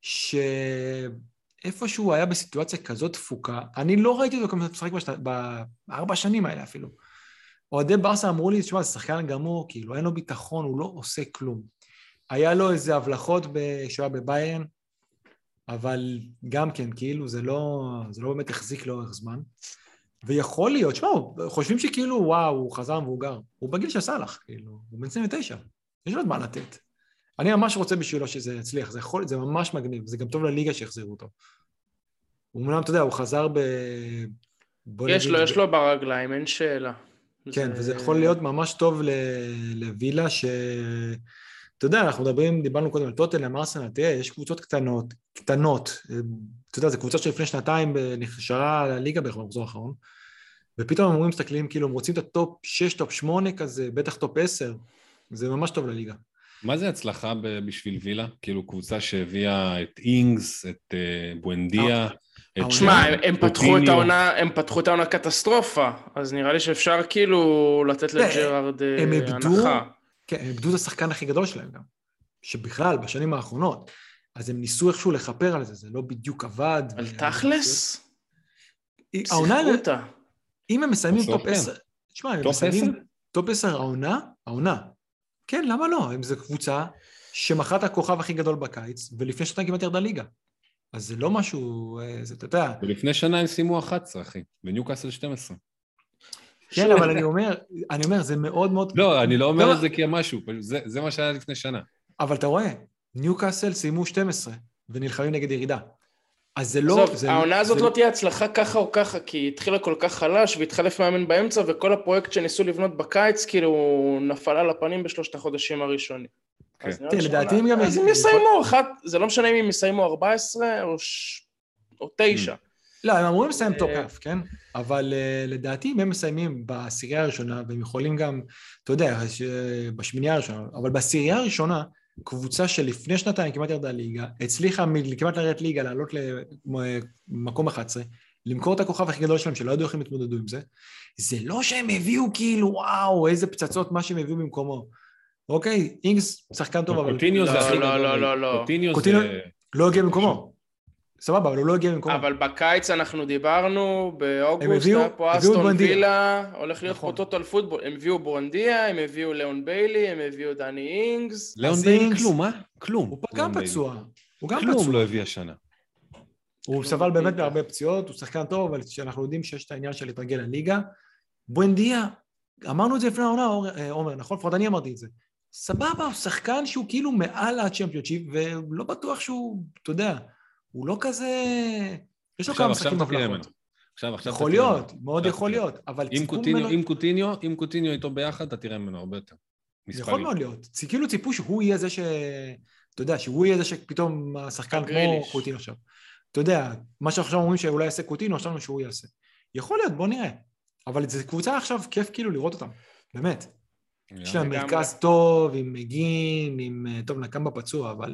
שאיפשהו היה בסיטואציה כזאת תפוקה. אני לא ראיתי אותו כמו משחק ב4 שנים האלה אפילו. אוהדי ברסה אמרו לי, תשמע, זה שחקן גמור, כאילו, אין לו ביטחון, הוא לא עושה כלום. היה לו איזה הבלחות שהוא היה בביירן, אבל גם כן, כאילו, זה לא באמת החזיק לאורך זמן. ויכול להיות, תשמעו, חושבים שכאילו, וואו, הוא חזר מבוגר. הוא בגיל של סלאח, כאילו, הוא בן 29. יש לו עוד מה לתת. אני ממש רוצה בשבילו שזה יצליח, זה ממש מגניב, זה גם טוב לליגה שיחזירו אותו. הוא מנהל, אתה יודע, הוא חזר יש לו ברגליים, אין שאלה. כן, וזה יכול להיות ממש טוב לווילה אתה יודע, דיברנו קודם על טוטנהאם, ארסנל, תראה, יש קבוצות קטנות, אתה יודע, זה קבוצה שלפני שנתיים נשארה לליגה במחזור האחרון, ופתאום הם מסתכלים, כאילו, הם רוצים את הטופ 6, טופ 8 כזה, בטח טופ 10, זה ממש טוב לליגה. מה זה הצלחה בשביל וילה? כאילו, קבוצה שהביאה את אינגס, את בואנדיה, תשמע, הם פתחו את העונה קטסטרופה, אז נראה לי שאפשר כאילו לתת לג'רארד הנחה. כן, הם איבדו את השחקן הכי גדול שלהם גם, שבכלל, בשנים האחרונות, אז הם ניסו איכשהו לחפר על זה לא בדיוק עבד. אבל תכלס? פסיכותה. אם הם מסיימים טופ 10, תשמע, הם מסיימים טופ 10 העונה. כן, למה לא? זו קבוצה שמחרה את הכוכב הכי גדול בקיץ, ולפני שנתיים כמעט ירדה ליגה. אז זה לא משהו, אתה יודע. ולפני שנה הם סיימו 11, אחי, בניוקאסל 12. כן, אבל אני אומר, זה מאוד מאוד... לא, אני לא אומר את זה כי משהו, זה מה שהיה לפני שנה. אבל אתה רואה, ניוקאסל סיימו 12, ונלחמים נגד ירידה. אז זה לא... העונה הזאת לא תהיה הצלחה ככה או ככה, כי היא התחילה כל כך חלש, והתחלף מאמן באמצע, וכל הפרויקט שניסו לבנות בקיץ, כאילו, נפל על הפנים בשלושת החודשים הראשונים. לדעתי הם גם... אז הם יסיימו, זה לא משנה אם הם יסיימו 14 או 9. לא, הם אמורים לסיים טופ אף, כן? אבל לדעתי אם הם מסיימים בעשירייה הראשונה, והם יכולים גם, אתה יודע, בשמינייה הראשונה, אבל בעשירייה הראשונה, קבוצה שלפני שנתיים כמעט ירדה ליגה, הצליחה כמעט לרדת ליגה, לעלות למקום 11, למכור את הכוכב הכי גדול שלהם, שלא ידעו איך הם התמודדו עם זה, זה לא שהם הביאו כאילו, וואו, איזה פצצות, מה שהם הביאו במקומו. אוקיי, אינגס שחקן טוב, אבל... קוטיניו זה הכי גדול. קוטיניו לא הגיע במקומו. סבבה, אבל הוא לא הגיע במקומו. אבל בקיץ אנחנו דיברנו, באוגוסט, פה אסטון וילה, הולך להיות פה טוטל פוטבול. הם הביאו בורנדיה, הם הביאו ליאון ביילי, הם הביאו דני אינגס. ליאון ביילי כלום, מה? כלום. הוא גם פצוע. כלום לא הביא השנה. הוא סבל באמת בהרבה פציעות, הוא שחקן טוב, אבל שאנחנו יודעים שיש את העניין של להתרגל לליגה. בורנדיה, אמרנו את זה לפני העונה, עומר, נכון? לפחות אני אמרתי את זה. סבבה, הוא שחקן שהוא כאילו מעל הצ'מפיונשיפ, ולא בטוח שהוא, אתה יודע, הוא לא כזה... יש לו כמה משחקים בבלחות. יכול להיות, מאוד יכול להיות, אבל אם קוטיניו איתו ביחד, אתה תראה ממנו הרבה יותר. יכול מאוד להיות. כאילו ציפו שהוא יהיה זה אתה יודע, שהוא יהיה זה שפתאום השחקן כמו קוטיניו עכשיו. אתה יודע, מה שעכשיו אומרים שאולי יעשה קוטיניו, עכשיו שהוא יעשה. יכול להיות, בוא נראה. אבל זו קבוצה עכשיו כיף כאילו לראות אותם, באמת. יש להם מרכז טוב, עם מגין, עם טוב נקם בפצוע, אבל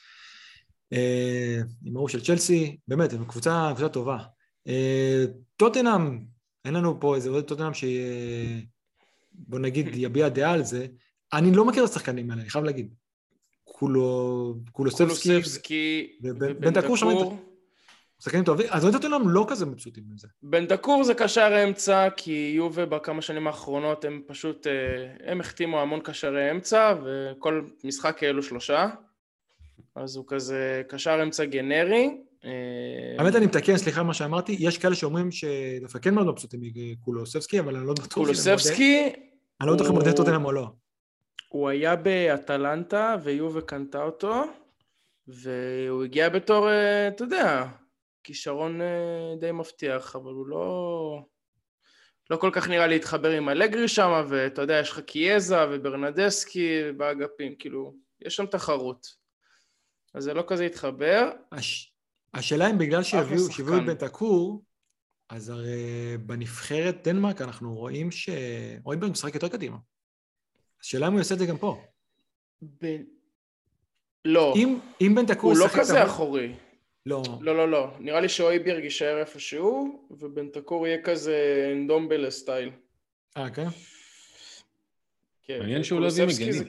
עם הראש של צ'לסי, באמת, הם קבוצה טובה. טוטנהאם, אין לנו פה איזה עוד טוטנהאם בוא נגיד יביע דעה על זה, אני לא מכיר את השחקנים האלה, אני חייב להגיד. קולוסבסקי ובנטקור שומעים שחקנים טובים, אז טוטנהאם לא כזה מבסוטים מזה. בנטקור זה קשר אמצע, כי יובה בכמה שנים האחרונות הם פשוט, הם החתימו המון קשרי אמצע, וכל משחק אלו 3, אז הוא כזה קשר אמצע גנרי. האמת אני מתקן, סליחה מה שאמרתי, יש כאלה שאומרים שדווקא כן מאוד מבסוטים מקולוסבסקי, אבל אני לא בטוח קולוסבסקי, אני לא בטוח אם מודד טוטנהאם או לא. הוא היה באטלנטה, ויובה קנתה אותו, והוא הגיע בתור, אתה יודע, כישרון די מבטיח, אבל הוא לא כל כך נראה להתחבר עם אלגרי שם, ואתה יודע, יש לך קיאזה וברנדסקי באגפים, כאילו, יש שם תחרות. אז זה לא כזה התחבר. השאלה אם בגלל שהביאו את בנטקור, אז הרי בנבחרת דנמרק אנחנו רואים רואים במשחק יותר קדימה. השאלה אם הוא יעשה את זה גם פה. לא. אם בנטקור הוא לא ישחק כזה אחורי. לא. לא. נראה לי שאויבירג יישאר איפשהו, ובנטקור יהיה כזה אנדומבלה סטייל. כן? מעניין שהוא לא הביא מגנים.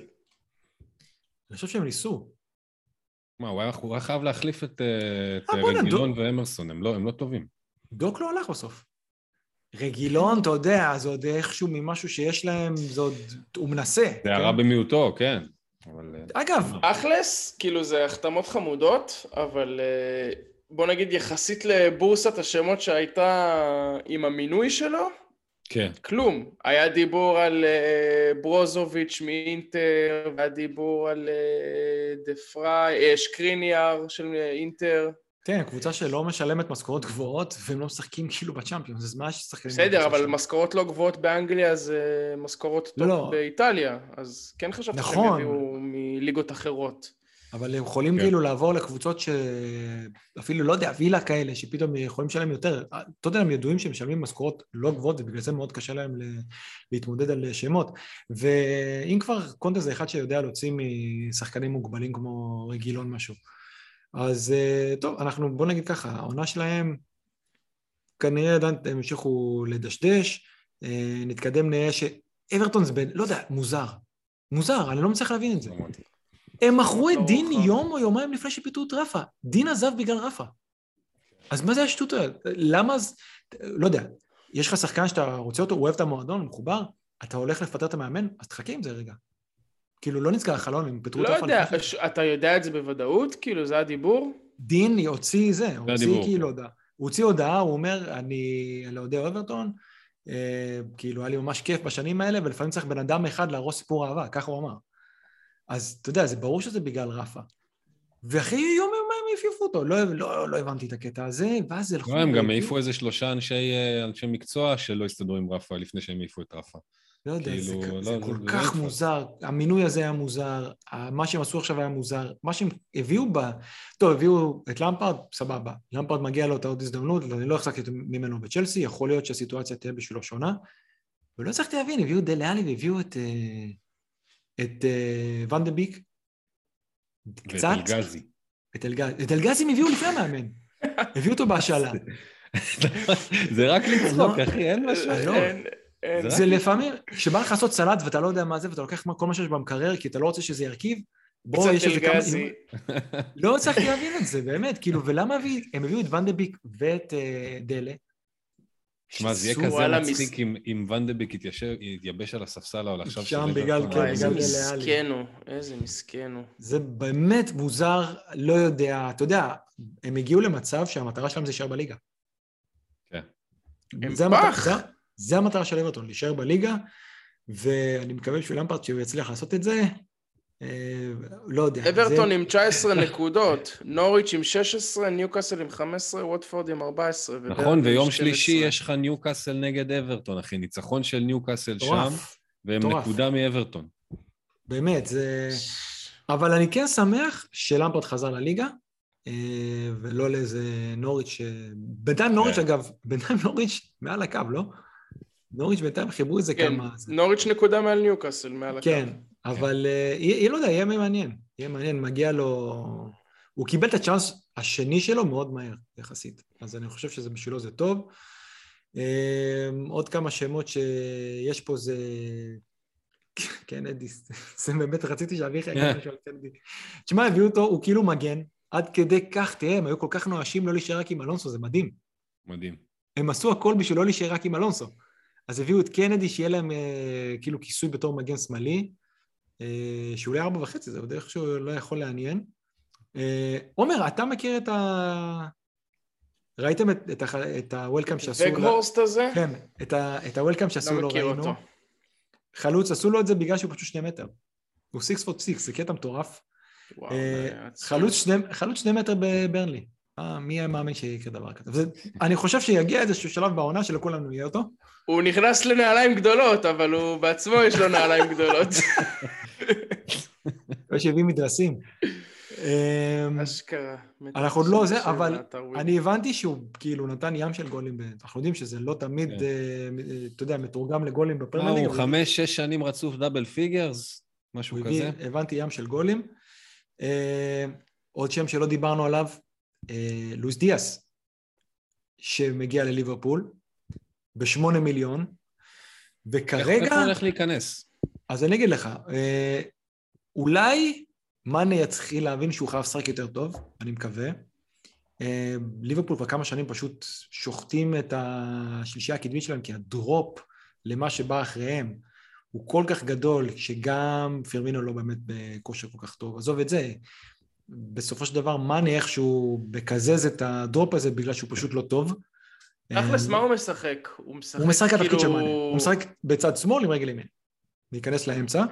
אני חושב שהם ניסו. מה, הוא היה חייב להחליף את רגילון ואמרסון, הם לא טובים. דוק לא הלך בסוף. רגילון, אתה יודע, זה עוד איכשהו ממשהו שיש להם, זה עוד, הוא מנסה. זה הרע במיעוטו, כן. אגב. אחלס, כאילו זה החתמות חמודות, אבל בוא נגיד יחסית לבורסת השמות שהייתה עם המינוי שלו, כן. כלום. היה דיבור על ברוזוביץ' מאינטר, והיה דיבור על דפראי, שקריניאר של אינטר. כן, קבוצה שלא משלמת משכורות גבוהות, והם לא משחקים כאילו בצ'אמפיונס, אז מה ששחקנים... בסדר, אבל משכורות לא גבוהות באנגליה זה משכורות טוב באיטליה, אז כן חשבתי שהם יביאו מליגות אחרות. אבל הם יכולים כאילו לעבור לקבוצות שאפילו, לא יודע, וילה כאלה, שפתאום יכולים לשלם יותר. אתה יודע, הם ידועים שהם משלמים משכורות לא גבוהות, ובגלל זה מאוד קשה להם להתמודד על שמות. ואם כבר קונטה זה אחד שיודע להוציא משחקנים מוגבלים כמו רגילון משהו. אז טוב, אנחנו בוא נגיד ככה, העונה שלהם, כנראה עדיין הם המשיכו לדשדש, נתקדם נראה שאברטון זה, לא יודע, מוזר, אני לא מצליח להבין את זה. הם מכרו את דין יום או יומיים לפני שפיתו את רפה. דין עזב בגלל רפה. אז מה זה השטות? למה אז... לא יודע, יש לך שחקן שאתה רוצה אותו, הוא אוהב את המועדון, הוא מחובר, אתה הולך לפטר את המאמן, אז תחכה עם זה רגע. כאילו לא נזכר החלון, הם פיתרו את רפה. לא יודע, אתה יודע את זה בוודאות? כאילו זה הדיבור? דין הוציא זה, הוציא כאילו הודעה. הוא הוציא הודעה, הוא אומר, אני לא יודע אברטון, כאילו היה לי ממש כיף בשנים האלה, ולפעמים צריך בן אדם אחד להרוס סיפור אהבה, ככה הוא אמר. אז אתה יודע, זה ברור שזה בגלל רפה. ואחרי יום הם יפיפו אותו, לא הבנתי את הקטע הזה, ואז זה... לא, הם גם העיפו איזה 3 אנשי מקצוע שלא הסתדרו עם רפה לפני שהם העיפו את רפה. לא יודע, זה כל כך מוזר, המינוי הזה היה מוזר, מה שהם עשו עכשיו היה מוזר, מה שהם הביאו טוב, הביאו את למפרד, סבבה, למפרד מגיע לו את עוד הזדמנות, אני לא החזקתי ממנו בצ'לסי, יכול להיות שהסיטואציה תהיה בשבילו שונה, ולא הצלחתי להבין, הביאו דלה עלי והביאו את ואן דה ביק, קצת. ואת אלגזי. את אלגזי הם הביאו לפני המאמן. הביאו אותו בהשאלה. זה רק לצחוק, אחי, אין משהו. זה לפעמים, כשבא לך לעשות סלט ואתה לא יודע מה זה, ואתה לוקח כל מה שיש במקרר, כי אתה לא רוצה שזה ירכיב, בוא, יש איזה כמה... לא הצלחתי להבין את זה, באמת, כאילו, ולמה הם הביאו את ואן דה ביק ואת דלה? שמע, זה יהיה כזה מצחיק אם ואן דה ביק יתייבש על הספסל, אבל עכשיו שם בגלל איזה מסכנו. זה באמת מוזר, לא יודע, אתה יודע, הם הגיעו למצב שהמטרה שלהם זה להישאר בליגה. כן. זה המטרה של אברטון, להישאר בליגה, ואני מקווה בשביל למפרד שהוא יצליח לעשות את זה, לא יודע. אברטון עם 19 נקודות, נוריץ' עם 16, ניוקאסל עם 15, ווטפורד עם 14. נכון, ויום שלישי יש לך ניוקאסל נגד אברטון, אחי, ניצחון של ניוקאסל שם, והם נקודה מאברטון. באמת, זה... אבל אני כן שמח שלמפרד חזר לליגה, ולא לאיזה נוריץ' בינתיים נוריץ' אגב, בינתיים נוריץ' מעל הקו, לא? נוריץ' בינתיים חיברו את זה כמה... נוריץ' נקודה מעל ניוקאסל, מעל הקו. כן, אבל לא יודע, יהיה מעניין, מגיע לו... הוא קיבל את הצ'אנס השני שלו מאוד מהר, יחסית. אז אני חושב שזה בשבילו זה טוב. עוד כמה שמות שיש פה זה... קנדי, זה באמת רציתי שאביך יקרה משהו על קנדי. תשמע, הביאו אותו, הוא כאילו מגן, עד כדי כך, תראה, הם היו כל כך נואשים לא להישאר רק עם אלונסו, זה מדהים. מדהים. הם עשו הכל בשביל לא להישאר רק עם אלונסו. אז הביאו את קנדי, שיהיה להם כאילו כיסוי בתור מגן שמאלי, שאולי 4.5, זה עוד איכשהו לא יכול לעניין. עומר, אתה מכיר את ראיתם את הוולקאם שעשו... וגהורסט הזה? כן, את הוולקאם שעשו לו ראינו. חלוץ, עשו לו את זה בגלל שהוא פשוט 2 מטר. הוא 6'6", זה קטע מטורף. חלוץ 2 מטר בברנלי. מי היה מאמין שיקרה דבר כזה? אני חושב שיגיע איזשהו שלב בעונה שלכולנו יהיה אותו. הוא נכנס לנעליים גדולות, אבל הוא בעצמו יש לו נעליים גדולות. יש הביא מדרסים. אשכרה. אנחנו עוד לא זה, אבל אני הבנתי שהוא כאילו נתן ים של גולים, אנחנו יודעים שזה לא תמיד, אתה יודע, מתורגם לגולים בפרמייר ליג. הוא 5-6 שנים רצוף דאבל פיגרס, משהו כזה. הבנתי ים של גולים. עוד שם שלא דיברנו עליו, לואיס דיאס, שמגיע לליברפול, ב8 מיליון, וכרגע... איך הוא הולך להיכנס? אז אני אגיד לך, אולי מאנה יתחיל להבין שהוא חייב לשחק יותר טוב, אני מקווה. ליברפול כבר כמה שנים פשוט שוחטים את השלישייה הקדמית שלהם, כי הדרופ למה שבא אחריהם הוא כל כך גדול, שגם פירמינו לא באמת בכושר כל כך טוב. עזוב את זה, בסופו של דבר מאנה איכשהו מקזז את הדרופ הזה, בגלל שהוא פשוט לא טוב. תכלס, מה הוא משחק? הוא משחק התפקיד של מאנה, הוא משחק בצד שמאל עם רגל ימין, להיכנס לאמצע.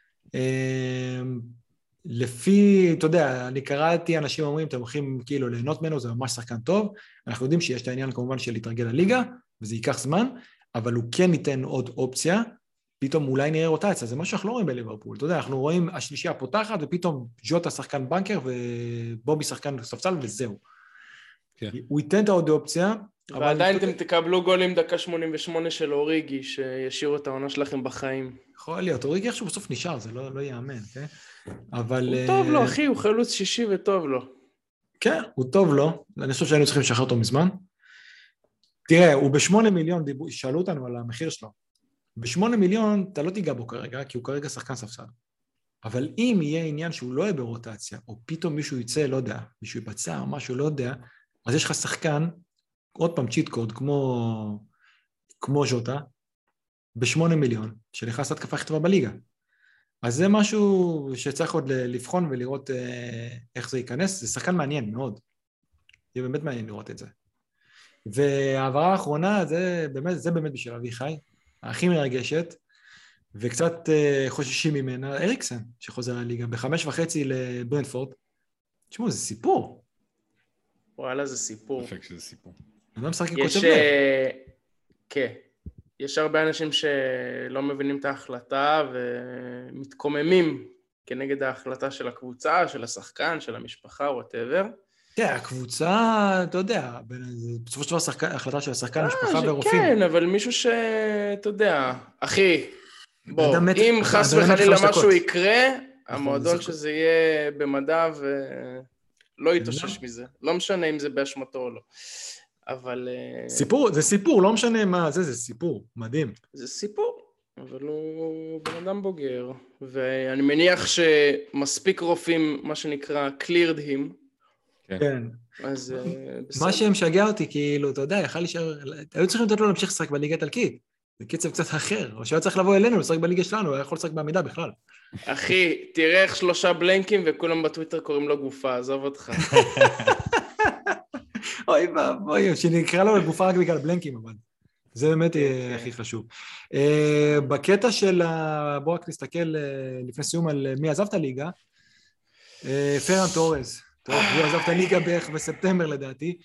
לפי, אתה יודע, אני קראתי, אנשים אומרים, אתם הולכים כאילו ליהנות ממנו, זה ממש שחקן טוב, אנחנו יודעים שיש את העניין כמובן של להתרגל לליגה, וזה ייקח זמן, אבל הוא כן ניתן עוד אופציה, פתאום אולי נראה רוטציה, זה מה שאנחנו לא רואים בליברפול, אתה יודע, אנחנו רואים השלישייה פותחת, ופתאום ג'וטה שחקן בנקר, ובובי שחקן ספסל, וזהו. כן. הוא ייתן את העוד אופציה, ועדיין אתם תקבלו גולים דקה 88 של אוריגי, שישאירו את העונה שלכם בחיים. יכול להיות, אוריגי איכשהו בסוף נשאר, זה לא יאמן, כן? אבל... הוא טוב לו, אחי, הוא חלוץ שישי וטוב לו. כן, הוא טוב לו, אני חושב שהיינו צריכים לשחרר אותו מזמן. תראה, הוא ב8 מיליון, שאלו אותנו על המחיר שלו. ב8 מיליון, אתה לא תיגע בו כרגע, כי הוא כרגע שחקן ספסל. אבל אם יהיה עניין שהוא לא יהיה ברוטציה, או פתאום מישהו יצא, לא יודע, מישהו יפצע או משהו, לא יודע, אז יש לך שחקן, עוד פעם צ'יט קוד, כמו ז'וטה, ב8 מיליון, שנכנס התקפה הכי טובה בליגה. אז זה משהו שצריך עוד לבחון ולראות איך זה ייכנס. זה שחקן מעניין מאוד. יהיה באמת מעניין לראות את זה. והעברה האחרונה, זה באמת בשביל אביחי, הכי מרגשת, וקצת חוששים ממנה, אריקסן, שחוזר לליגה, ב5.5 לברנטפורד. תשמעו, זה סיפור. וואלה, זה סיפור. אפק שזה סיפור. אדם משחק עם קוצב לב. כן. יש הרבה אנשים שלא מבינים את ההחלטה ומתקוממים כנגד ההחלטה של הקבוצה, של השחקן, של המשפחה, whatever. כן, הקבוצה, אתה יודע, בסופו של דבר החלטה של השחקן, משפחה ורופאים. כן, אבל מישהו אתה יודע, אחי, בוא, אם חס וחלילה משהו יקרה, המועדון שזה יהיה במדע ולא יתאושש מזה. לא משנה אם זה באשמתו או לא. אבל... זה סיפור, לא משנה מה זה סיפור, מדהים. זה סיפור, אבל הוא בן אדם בוגר, ואני מניח שמספיק רופאים, מה שנקרא, cleared him. כן. אז מה שמשגע אותי, כאילו, אתה יודע, היו צריכים לתת לו להמשיך לשחק בליגה האיטלקית, זה קצב קצת אחר, או שהיה צריך לבוא אלינו, לשחק בליגה שלנו, הוא היה יכול לשחק בעמידה בכלל. אחי, תראה איך 3 בלנקים, וכולם בטוויטר קוראים לו גופה, עזוב אותך. אוי, שנקרא לו גופה רק בגלל בלנקים, אבל זה באמת הכי חשוב. בקטע של, בואו רק נסתכל לפני סיום על מי עזב את הליגה, פרן טורס, הוא עזב את הליגה בערך בספטמבר לדעתי.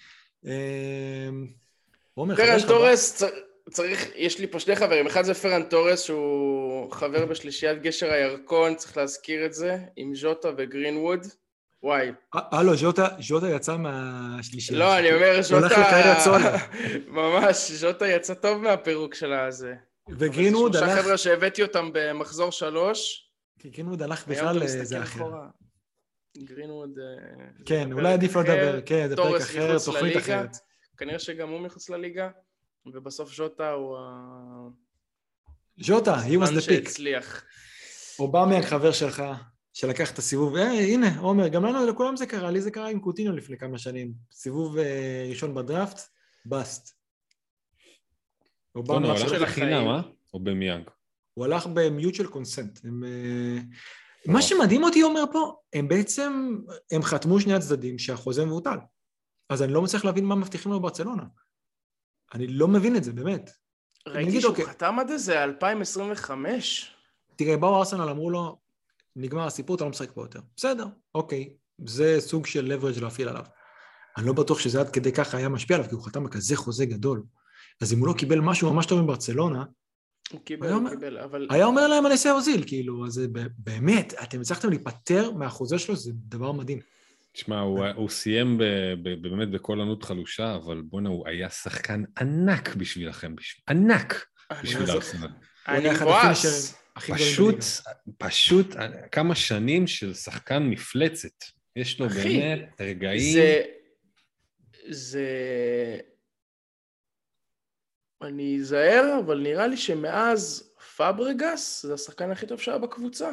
פרן טורס, יש לי פה 2 חברים, אחד זה פרן טורס, שהוא חבר בשלישיית גשר הירקון, צריך להזכיר את זה, עם ז'וטה וגרינווד. וואי. הלו, ז'וטה יצא מהשלישייה. לא, אני אומר, ז'וטה... ממש, ז'וטה יצא טוב מהפירוק של הזה. וגרינווד הלך... 3 חבר'ה שהבאתי אותם במחזור 3. כי גרינווד הלך בכלל לאיזה אחר. גרינווד... כן, אולי עדיף לא לדבר, כן, זה פרק אחר, תוכנית אחרת. כנראה שגם הוא מחוץ לליגה, ובסוף ז'וטה הוא ז'וטה, he was the pick. אובאמיאנג חבר שלך. שלקח את הסיבוב, הנה, עומר, גם לנו, לכולם זה קרה, לי זה קרה עם קוטינו לפני כמה שנים, סיבוב ראשון בדראפט, בסט. הוא הלך לחינם, או במיאנג? הוא הלך במיוטשל קונסנט. מה שמדהים אותי אומר פה, הם חתמו שני הצדדים שהחוזה מבוטל. אז אני לא מצליח להבין מה מבטיחים לו ברצלונה. אני לא מבין את זה, באמת. ראיתי שהוא חתם עד איזה 2025. תראה, באו ארסנל, אמרו לו, נגמר הסיפור, אתה לא משחק פה יותר. בסדר, אוקיי. זה סוג של leverage להפעיל עליו. אני לא בטוח שזה עד כדי ככה היה משפיע עליו, כי הוא חתם בכזה חוזה גדול. אז אם הוא לא קיבל משהו ממש טוב מברצלונה, הוא קיבל, אבל... היה אומר להם, אני אעשה אוזיל, כאילו, אז באמת, אתם הצלחתם להיפטר מהחוזה שלו, זה דבר מדהים. תשמע, הוא סיים באמת בכל ענות חלושה, אבל בוא'נה, הוא היה שחקן ענק בשבילכם, ענק בשביל ארסנל. אני מבואס. פשוט כמה שנים של שחקן מפלצת. יש לו באמת רגעים... אני אזהר, אבל נראה לי שמאז פאברגס, זה השחקן הכי טוב שהיה בקבוצה.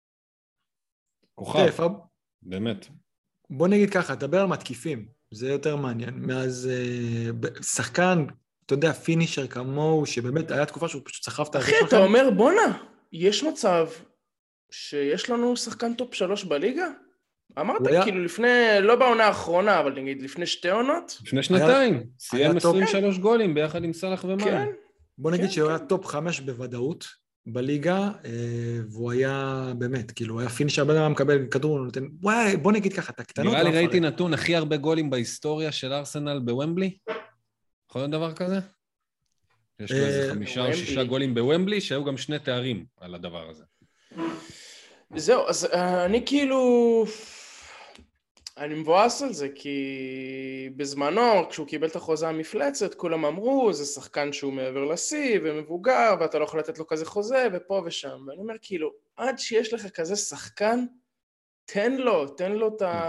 כוכב, באמת. בוא נגיד ככה, תדבר על מתקיפים, זה יותר מעניין. מאז שחקן, אתה יודע, פינישר כמוהו, שבאמת היה תקופה שהוא פשוט סחב את אחי, אתה אומר, בונה, יש מצב שיש לנו שחקן טופ 3 בליגה? אמרת כאילו לפני, לא בעונה האחרונה, אבל נגיד לפני 2 עונות? לפני שנתיים, סיים 23 גולים ביחד עם סלח ומאן. כן. בוא נגיד שהוא היה טופ 5 בוודאות בליגה, והוא היה באמת, כאילו, הוא היה פינישר, בן אדם מקבל כדור, נותן, וואי, בוא נגיד ככה, את הקטנות. נראה לי ראיתי נתון הכי הרבה גולים בהיסטוריה של ארסנל בוומבלי. יכול להיות דבר כזה? יש לו איזה 5 או 6 גולים בוומבלי, שהיו גם 2 תארים על הדבר הזה. זהו, אז אני כאילו... אני מבואס על זה, כי בזמנו, כשהוא קיבל את החוזה המפלצת, כולם אמרו, זה שחקן שהוא מעבר לשיא ומבוגר, ואתה לא יכול לתת לו כזה חוזה, ופה ושם. ואני אומר, כאילו, עד שיש לך כזה שחקן, תן לו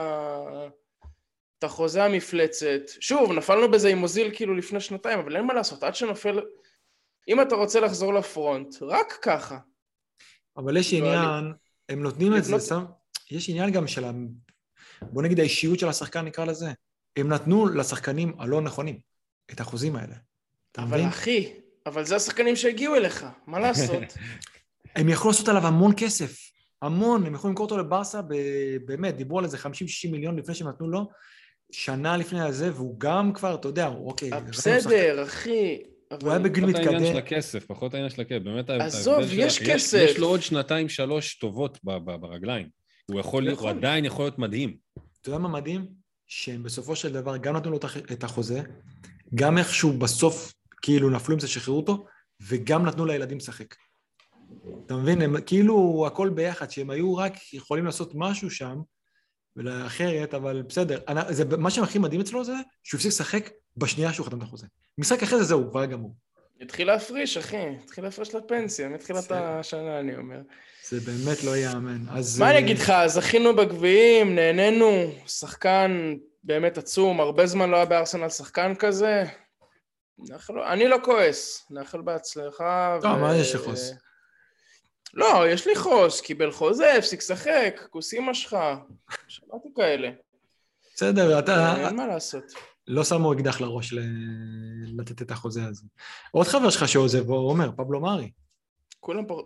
את החוזה המפלצת. שוב, נפלנו בזה עם מוזיל כאילו לפני 2 אבל אין מה לעשות, עד שנופל... אם אתה רוצה לחזור לפרונט, רק ככה. אבל יש עניין, הם נותנים את זה, יש עניין גם של... בוא נגיד האישיות של השחקן נקרא לזה. הם נתנו לשחקנים הלא נכונים את החוזים האלה. אבל אחי, אבל זה השחקנים שהגיעו אליך, מה לעשות? הם יכולו לעשות עליו המון כסף, המון, הם יכולים למכור אותו לברסה, באמת, דיברו על איזה 50-60 מיליון לפני שהם נתנו לו, שנה לפני הזה, והוא גם כבר, אתה יודע, אוקיי. בסדר, אחי. הוא היה בגיל מתקדם. פחות העניין של הכסף, פחות העניין של הכסף, באמת. עזוב, יש כסף. יש לו עוד 2-3 טובות ברגליים. הוא עדיין יכול להיות מדהים. אתה יודע מה מדהים? שהם בסופו של דבר גם נתנו לו את החוזה, גם איכשהו בסוף כאילו נפלו עם זה, שחררו אותו, וגם נתנו לילדים לשחק. אתה מבין? הם כאילו הכל ביחד, שהם היו רק יכולים לעשות משהו שם, ולאחרת, אבל בסדר. מה שהכי מדהים אצלו זה, שהוא הפסיק לשחק בשנייה שהוא חתם את החוזה. משחק אחרי זה זהו, כבר גמור. התחיל להפריש, אחי. התחיל להפריש לפנסיה, מתחילת השנה, אני אומר. זה באמת לא יאמן. מה אני אגיד לך? זכינו בגביעים, נהנינו, שחקן באמת עצום, הרבה זמן לא היה בארסנל שחקן כזה. אני לא כועס, נאחל בהצלחה. לא, מה יש לחוס? לא, יש לי חוס, קיבל חוזה, הפסיק שחק, כוס אמא שלך, שמעתי כאלה. בסדר, אתה... אין מה לעשות. לא שמו אקדח לראש לתת את החוזה הזה. עוד חבר שלך שעוזב, הוא אומר, פבלו מארי. כולם פה,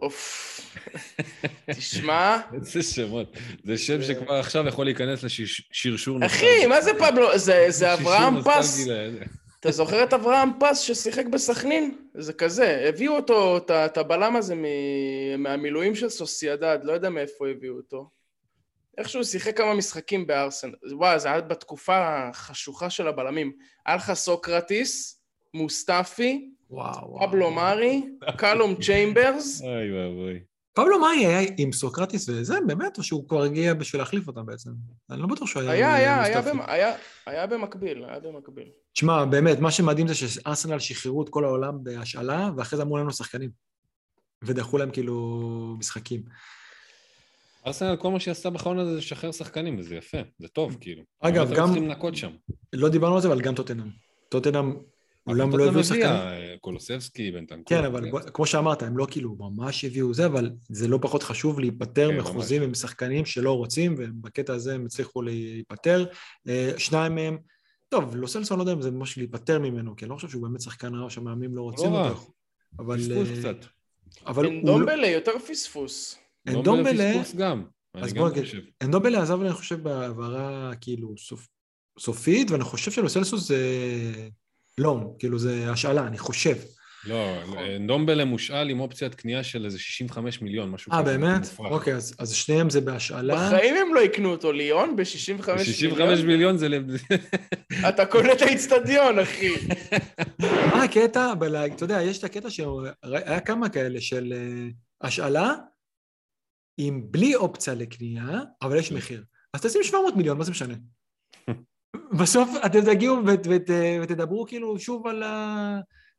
תשמע. איזה שמות. זה שם שכבר עכשיו יכול להיכנס לשרשור. אחי, מה זה פבלו? זה אברהם פס. אתה זוכר את אברהם פס ששיחק בסכנין? זה כזה, הביאו אותו, את הבלם הזה מהמילואים של סוסיידד, לא יודע מאיפה הביאו אותו. איכשהו שיחק כמה משחקים בארסנל. וואו, זה היה בתקופה החשוכה של הבלמים. היה לך סוקרטיס, מוסטפי, פבלו מארי, קלום צ'יימברס. אוי ואבוי. פבלו מארי היה עם סוקרטיס וזה באמת, או שהוא כבר הגיע בשביל להחליף אותם בעצם? אני לא בטוח שהוא היה במקביל. תשמע, באמת, מה שמדהים זה שארסנל שחררו את כל העולם בהשאלה, ואחרי זה אמרו לנו שחקנים. ודחו להם כאילו משחקים. ארסנל, כל מה שעשה בחלון הזה זה לשחרר שחקנים, וזה יפה, זה טוב, כאילו. אגב, גם... צריכים לנקות שם. לא דיברנו על זה, אבל גם טוטנהאם, אולם לא הביאו שחקנים. קולוסבסקי, בנטנקור. כן, אבל כמו שאמרת, הם לא כאילו ממש הביאו זה, אבל זה לא פחות חשוב להיפטר מחוזים עם שחקנים שלא רוצים, ובקטע הזה הם הצליחו להיפטר. 2 מהם, טוב, לוסלסון לא יודע אם זה ממש להיפטר ממנו, כי אני לא חושב שהוא באמת שחקן רע, שהמאמנים לא רוצים אותו. פספוס קצת. אנדומבלה יותר פספוס. אנדומבלה, גם. אז בוא נגיד, אנדומבלה עזב, אני חושב, בעברה כאילו סופית, ואני חושב שלוסלסוס זה לון, כאילו זה השאלה, אני חושב. לא, אנדומבלה מושאל עם אופציית קנייה של איזה 65 מיליון, משהו כזה. באמת? אוקיי, אז שניהם זה בהשאלה. בחיים הם לא יקנו אותו, ליון, ב-65 מיליון? 65 מיליון זה... אתה קונה את האצטדיון, אחי. מה הקטע? אתה יודע, יש את הקטע שהיה כמה כאלה של השאלה, עם בלי אופציה לקנייה, אבל יש מחיר. אז תשים 700 מיליון, מה זה משנה? בסוף אתם תגיעו ותדברו כאילו שוב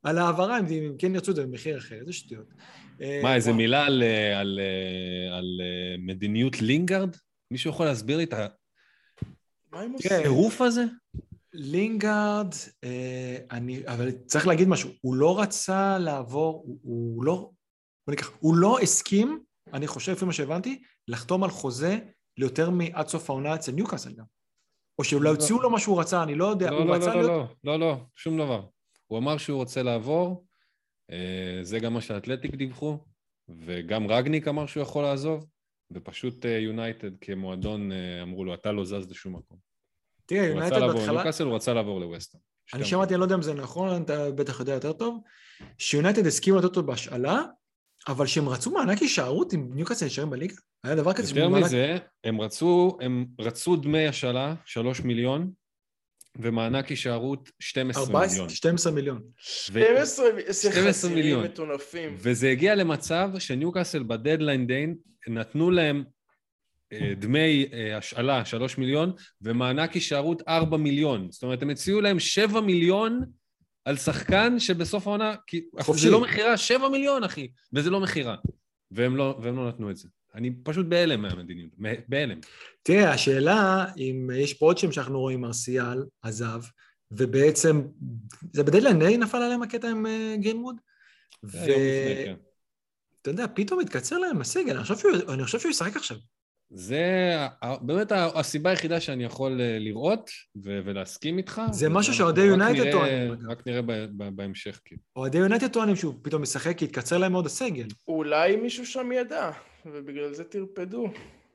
על העברה, אם כן ירצו את זה במחיר אחר, זה שטויות. מה, איזה מילה על מדיניות לינגארד? מישהו יכול להסביר לי את הטירוף הזה? לינגארד, אבל צריך להגיד משהו, הוא לא רצה לעבור, הוא לא הסכים, אני חושב, לפי מה שהבנתי, לחתום על חוזה ליותר מעד סוף העונה אצל ניוקאסל גם. או שאולי הוציאו לו מה שהוא רצה, אני לא יודע. לא, שום דבר. הוא אמר שהוא רוצה לעבור, זה גם מה שהאתלטיק דיווחו, וגם רגניק אמר שהוא יכול לעזוב, ופשוט יונייטד כמועדון אמרו לו, אתה לא זז לשום מקום. תראה, יונייטד בהתחלה... ניוקאסל הוא רצה לעבור לווסטהאם. אני שמעתי, אני לא יודע אם זה נכון, אתה בטח יודע יותר טוב, שיונייטד הסכימו לתת אותו בהשאלה, אבל שהם רצו מענק הישארות עם ניוקאסל נשארים בליגה? היה דבר כזה... יותר מזה, הם רצו דמי השאלה, 3 מיליון, ומענק הישארות 12 מיליון. 12 מיליון. 12 מיליון. מטונפים. וזה הגיע למצב שניוקאסל בדדליין דיין נתנו להם דמי השאלה 3 מיליון, ומענק הישארות 4 מיליון. זאת אומרת, הם הציעו להם 7 מיליון על שחקן שבסוף העונה, זה לא מחירה, 7 מיליון, אחי, וזה לא מחירה. והם לא נתנו את זה. אני פשוט בהלם מהמדיניות, בהלם. תראה, השאלה, אם יש פה עוד שם שאנחנו רואים, מרסיאל, עזב, ובעצם, זה בדדליין די נפל עליהם הקטע עם גרינווד, ואתה יודע, פתאום התקצר להם הסגל, אני חושב שהוא ישחק עכשיו. זה באמת הסיבה היחידה שאני יכול לראות ולהסכים איתך. זה משהו שאוהדי יונייטד טוענים. רק נראה בהמשך. אוהדי יונייטד טוענים שהוא פתאום משחק, כי התקצר להם מאוד הסגל. אולי מישהו שם ידע, ובגלל זה תרפדו.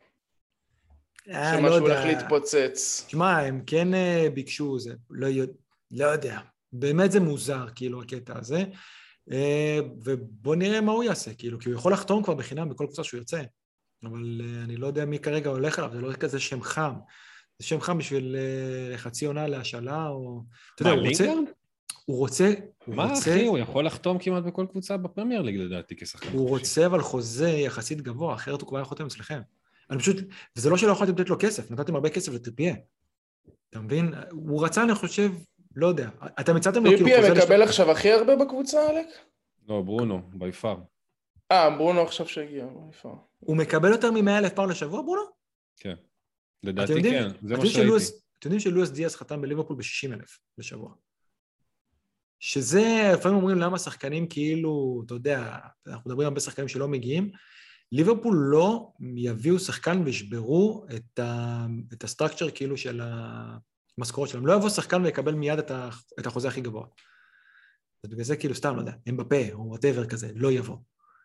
שמשהו הולך להתפוצץ. תשמע, הם כן ביקשו, זה לא יודע. באמת זה מוזר, כאילו, הקטע הזה. ובוא נראה מה הוא יעשה, כאילו, כי הוא יכול לחתום כבר בחינם בכל קבוצה שהוא יוצא. אבל אני לא יודע מי כרגע הולך עליו, זה לא כזה שם חם. זה שם חם בשביל חצי עונה להשאלה, או... אתה יודע, הוא רוצה... מה, אחי? הוא יכול לחתום כמעט בכל קבוצה בפרמייר ליג, לדעתי, כשחקן. הוא רוצה אבל חוזה יחסית גבוה, אחרת הוא כבר היה חותם אצלכם. אני פשוט... וזה לא שלא יכולתם לתת לו כסף, נתתם הרבה כסף לטריפיה. אתה מבין? הוא רצה, אני חושב, לא יודע. אתם הצעתם לו כאילו חוזה... טריפיה מקבל עכשיו הכי הרבה בקבוצה, אלק? לא, ברונו, ביפר. ברונו עכשיו שהגיע, ביפר. הוא מקבל יותר מ100,000 פאונד לשבוע, ברונו? כן. לדעתי כן, זה מה שראיתי. אתם יודעים שלואיס דיאס חתם בליברפול ב60,000 לשבוע. שזה, לפעמים אומרים למה שחקנים כאילו, אתה יודע, אנחנו מדברים הרבה שחקנים שלא מגיעים, ליברפול לא יביאו שחקן וישברו את הסטרקצ'ר כאילו של המשכורות שלהם. לא יבוא שחקן ויקבל מיד את החוזה הכי גבוה. ובגלל זה כאילו סתם, לא יודע, אמבפה או whatever כזה, לא יבוא.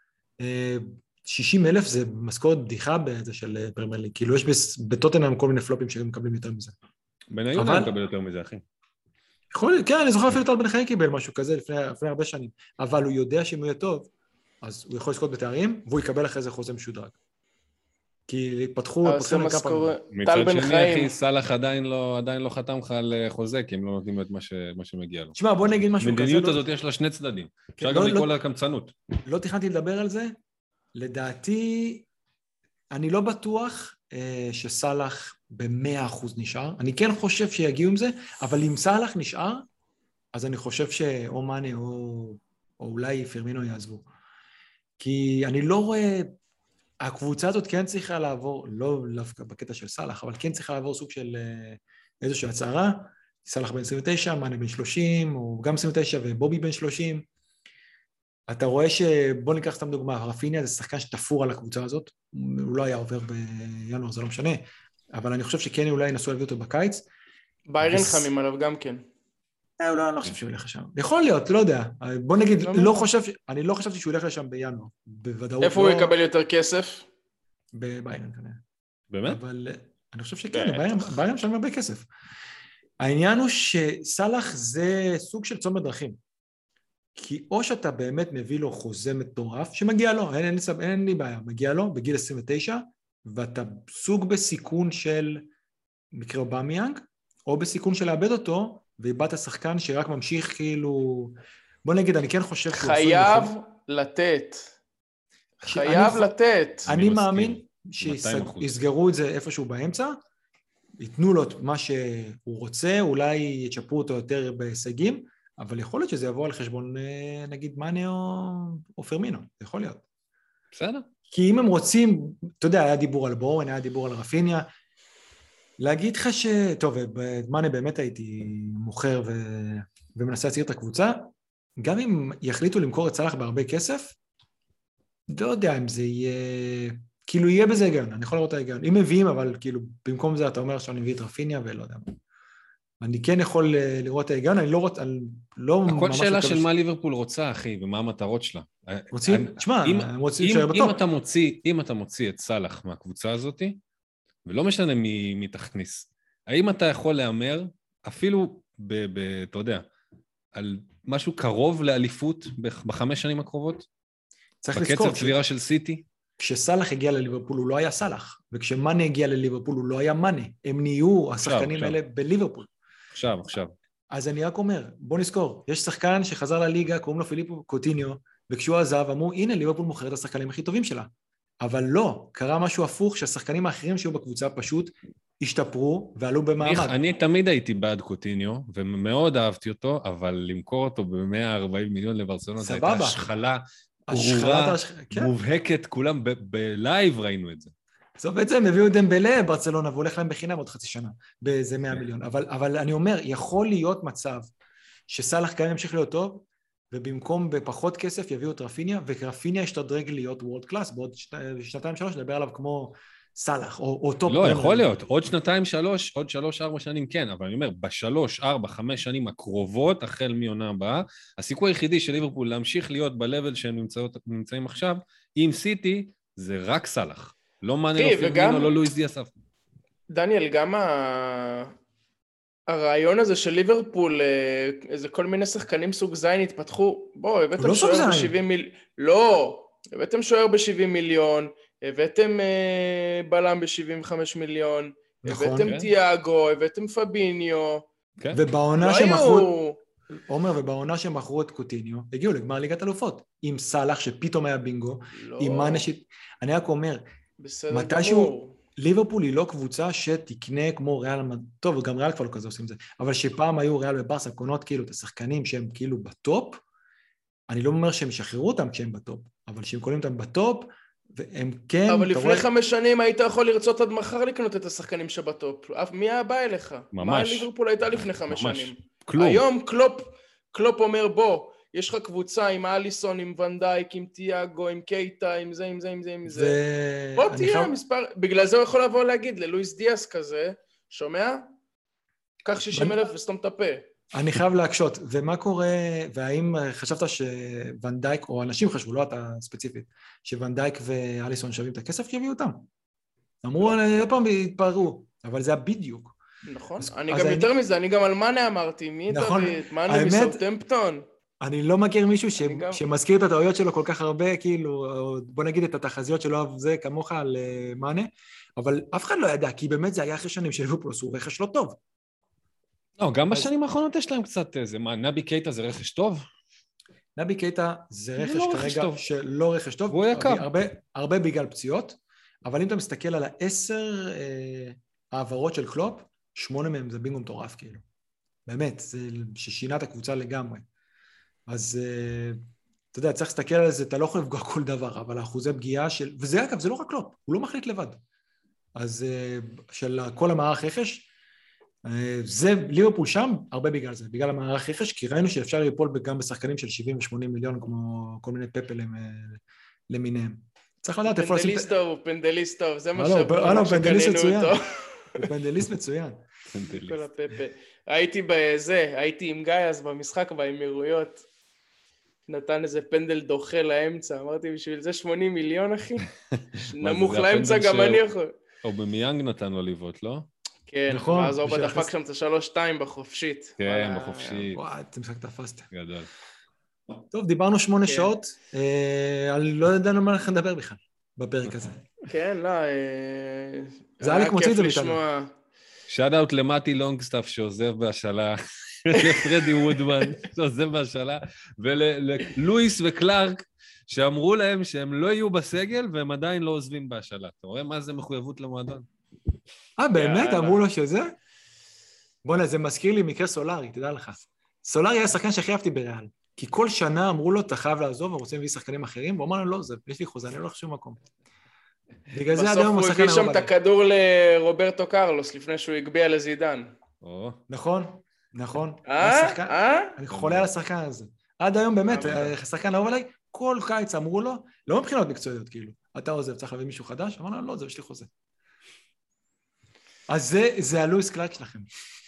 60,000 זה משכורת בדיחה בזה של פרמייר ליג, כאילו יש בטוטנהאם כל מיני פלופים שהם מקבלים יותר מזה. בניון הם מקבל יותר מזה, אחי. כן, אני זוכר אפילו טל בן חיים קיבל משהו כזה לפני הרבה שנים, אבל הוא יודע שאם הוא יהיה טוב, אז הוא יכול לזכות בתארים, והוא יקבל אחרי זה חוזה משודרג. כי פתחו... מצד שני, אחי, סלאח עדיין לא חתם לך על חוזה, כי הם לא נותנים לו את מה שמגיע לו. תשמע, בוא נגיד משהו כזה. המדיניות הזאת יש לה שני צדדים. אפשר גם לקרוא לה קמצנות. לא תכננתי לדבר על זה. לדעתי, אני לא בטוח שסלאח ב100% נשאר. אני כן חושב שיגיעו עם זה, אבל אם סלאח נשאר, אז אני חושב שאו מאני או אולי פרמינו יעזבו. כי אני לא רואה... הקבוצה הזאת כן צריכה לעבור, לא בקטע של סלאח, אבל כן צריכה לעבור סוג של איזושהי הצהרה. סלאח בן 29, מאני בן 30, או גם 29 ובובי בן 30. אתה רואה בוא ניקח סתם דוגמה, רפיניה זה שחקן שתפור על הקבוצה הזאת, הוא לא היה עובר בינואר, זה לא משנה, אבל אני חושב שכן אולי נסו להביא אותו בקיץ. ביירן חמים עליו גם כן. אני לא חושב שהוא ילך לשם. יכול להיות, לא יודע. בוא נגיד, אני לא חשבתי שהוא ילך לשם בינואר. בוודאות לא. איפה הוא יקבל יותר כסף? בביירן כנראה. באמת? אבל אני חושב שכן, ביירן שם הרבה כסף. העניין הוא שסלאח זה סוג של צומת דרכים. כי או שאתה באמת מביא לו חוזה מטורף, שמגיע לו, אין לי בעיה, מגיע לו בגיל 29, ואתה סוג בסיכון של מקרה אובמיאנג, או בסיכון של לאבד אותו, ואיבדת שחקן שרק ממשיך כאילו... בוא נגיד, אני כן חושב... חייב לתת. חייב לתת. אני מאמין שיסגרו את זה איפשהו באמצע, ייתנו לו את מה שהוא רוצה, אולי יצ'פרו אותו יותר בהישגים, אבל יכול להיות שזה יבוא על חשבון, נגיד, מאנה או פרמינו, זה יכול להיות. בסדר. כי אם הם רוצים, אתה יודע, היה דיבור על בורן, היה דיבור על רפיניה, להגיד לך טוב, במאנה באמת הייתי מוכר ומנסה להצעיר את הקבוצה, גם אם יחליטו למכור את סלאח בהרבה כסף, לא יודע אם זה יהיה, כאילו יהיה בזה היגיון, אני יכול לראות את ההיגיון. אם מביאים, אבל כאילו, במקום זה אתה אומר שאני מביא את רפיניה ולא יודע מה. אני כן יכול לראות את ההיגיון, אני לא רוצה, לא ממש... הכל שאלה של מה ליברפול רוצה, אחי, ומה המטרות שלה. רוצים, תשמע, הם רוצים להישאר בטופ. אם אתה מוציא את סלאח מהקבוצה הזאת, ולא משנה מי תכניס, האם אתה יכול לאמר, אפילו, אתה יודע, על משהו קרוב לאליפות ב5 שנים הקרובות? צריך לזכור. בקצב צבירה של סיטי? כשסלאח הגיע לליברפול הוא לא היה סלאח, וכשמאנה הגיע לליברפול הוא לא היה מאנה. הם נהיו השחקנים האלה בליברפול. עכשיו. אז אני רק אומר, בוא נזכור, יש שחקן שחזר לליגה, קוראים לו פיליפו קוטיניו, וכשהוא עזב אמרו, הנה ליברפול מוכר את השחקנים הכי טובים שלה. אבל לא, קרה משהו הפוך, שהשחקנים האחרים שהיו בקבוצה פשוט השתפרו ועלו במעמד. אני תמיד הייתי בעד קוטיניו, ומאוד אהבתי אותו, אבל למכור אותו ב-140 מיליון לברצלונה, זו הייתה השחלה ברורה, מובהקת, כולם בלייב ראינו את זה. אז בעצם הביאו דמבלה ברצלונה, והוא הולך להם בחינם עוד חצי שנה, באיזה 100 מיליון. אבל אני אומר, יכול להיות מצב שסלאח גם ימשיך להיות טוב, ובמקום בפחות כסף יביאו את רפיניה, ורפיניה ישתדרג להיות וורד קלאס, בעוד 2-3 לדבר עליו כמו סלאח, או טופ. לא, יכול להיות, עוד 2-3, עוד 3-4 שנים כן, אבל אני אומר, ב3-4-5 שנים הקרובות, החל מעונה הבאה, הסיכוי היחידי של ליברפול להמשיך להיות בלבל שהם נמצאים עכשיו, עם סיטי, זה רק סלאח. לא מאנה, לא פרמינו, לא לואיס דיאס. דניאל, גם הרעיון הזה של ליברפול, איזה כל מיני שחקנים סוג זין התפתחו, בוא, הבאתם שוער ב-70 מיליון, לא, הבאתם שוער ב-70 מיליון, הבאתם בלם ב-75 מיליון, הבאתם תיאגו, הבאתם פביניו, ובעונה שמכרו, עומר, ובעונה שמכרו את קוטיניו, הגיעו לגמר ליגת אלופות, עם סלאח שפתאום היה בינגו, עם מאנה אני רק אומר, מתישהו, ליברפול היא לא קבוצה שתקנה כמו ריאל, טוב, גם ריאל כבר לא כזה עושים את זה, אבל שפעם היו ריאל וברסה, קונות כאילו את השחקנים שהם כאילו בטופ, אני לא אומר שהם ישחררו אותם כשהם בטופ, אבל שהם קונים אותם בטופ, והם כן... אבל לפני 5 שנים היית יכול לרצות עד מחר לקנות את השחקנים שבטופ, מי היה בא אליך? ממש. מה ליברפול הייתה לפני 5 שנים? כלום. היום קלופ אומר בוא, יש לך קבוצה עם אליסון, עם ונדייק, עם תיאגו, עם קייטה, עם זה, עם זה, עם זה, עם זה. בוא תהיה המספר, בגלל זה הוא יכול לבוא להגיד ללואיס דיאס כזה, שומע? קח 60,000 וסתום את הפה. אני חייב להקשות, ומה קורה, והאם חשבת שוונדייק, או אנשים חשבו, לא אתה ספציפית, שוונדייק ואליסון שווים את הכסף כי הביאו אותם? אמרו, עוד פעם התפרעו, אבל זה היה בדיוק. נכון, אני גם יותר מזה, אני גם על מאנה אמרתי, מי תביא? מאנה מסאות'המפטון? אני לא מכיר מישהו שמזכיר את הטעויות שלו כל כך הרבה, כאילו, בוא נגיד את התחזיות שלו, זה כמוך על מאנה, אבל אף אחד לא ידע, כי באמת זה היה אחרי שנים של ליברפול, הוא רכש לא טוב. לא, גם בשנים האחרונות יש להם קצת, מה, נבי קייטה זה רכש טוב? נבי קייטה זה רכש כרגע שלא רכש טוב, הוא יקר. הרבה בגלל פציעות, אבל אם אתה מסתכל על 10 העברות של קלופ, 8 מהם זה בינגו מטורף, כאילו. באמת, זה ששינה את הקבוצה לגמרי. אז אתה יודע, צריך להסתכל על זה, אתה לא יכול לפגוע כל דבר, אבל האחוזי פגיעה של, וזה אגב, זה לא רק קלופ, הוא לא מחליט לבד. אז של כל המערך רכש, זה ליברפול שם, הרבה בגלל זה, בגלל המערך רכש, כי ראינו שאפשר ליפול גם בשחקנים של 70 ו-80 מיליון, כמו כל מיני פפלים למיניהם. צריך לדעת איפה לשים... פנדליסטוב, זה מה שקנינו אותו. הוא פנדליסט מצוין. כל הפפה. הייתי עם גיא אז במשחק באמירויות, נתן איזה פנדל דוחה לאמצע, אמרתי בשביל זה 80 מיליון אחי, נמוך לאמצע גם אני יכול. או במיאנג נתן לו ליוות, לא? כן, נכון, ואז הוא בדפק שם את 3-2 בחופשית. כן, בחופשית. וואי, אתם משחק תפסת. גדול. טוב, דיברנו 8 שעות, לא ידענו מה אנחנו נדבר בכלל, בפרק הזה. כן, לא, זה היה לי כמו ציזו מאיתנו. שאט אאוט למתי לונגסטאפ שעוזב בהשאלה, לפרדי וודמן שעוזב בהשאלה, וללואיס וקלארק שאמרו להם שהם לא יהיו בסגל והם עדיין לא עוזבים בהשאלה. אתה רואה מה זה מחויבות למועדון? באמת? אמרו לו שזה? בוא'נה, זה מזכיר לי מקרה סולארי, תדע לך. סולארי היה שחקן שהכי אהבתי בריאל, כי כל שנה אמרו לו, אתה חייב לעזוב, ורוצים להביא שחקנים אחרים, והוא אמר לו, לא, יש לי חוזה, אני לא הולך לשום מקום. בגלל זה עד היום הוא בסוף הוא הביא שם את הכדור לרוברטו קרלוס, לפני שהוא הגביע לזידן. נכון. אני חולה על השחקן הזה. עד היום באמת, השחקן אהוב עליי, כל קיץ אמרו לו, לא מבחינות מקצועיות, כאילו, אתה עוזב, צריך להביא מישהו חדש? אמרנו, לא, זה יש לי חוזה. אז זה הלואיס קלארק שלכם.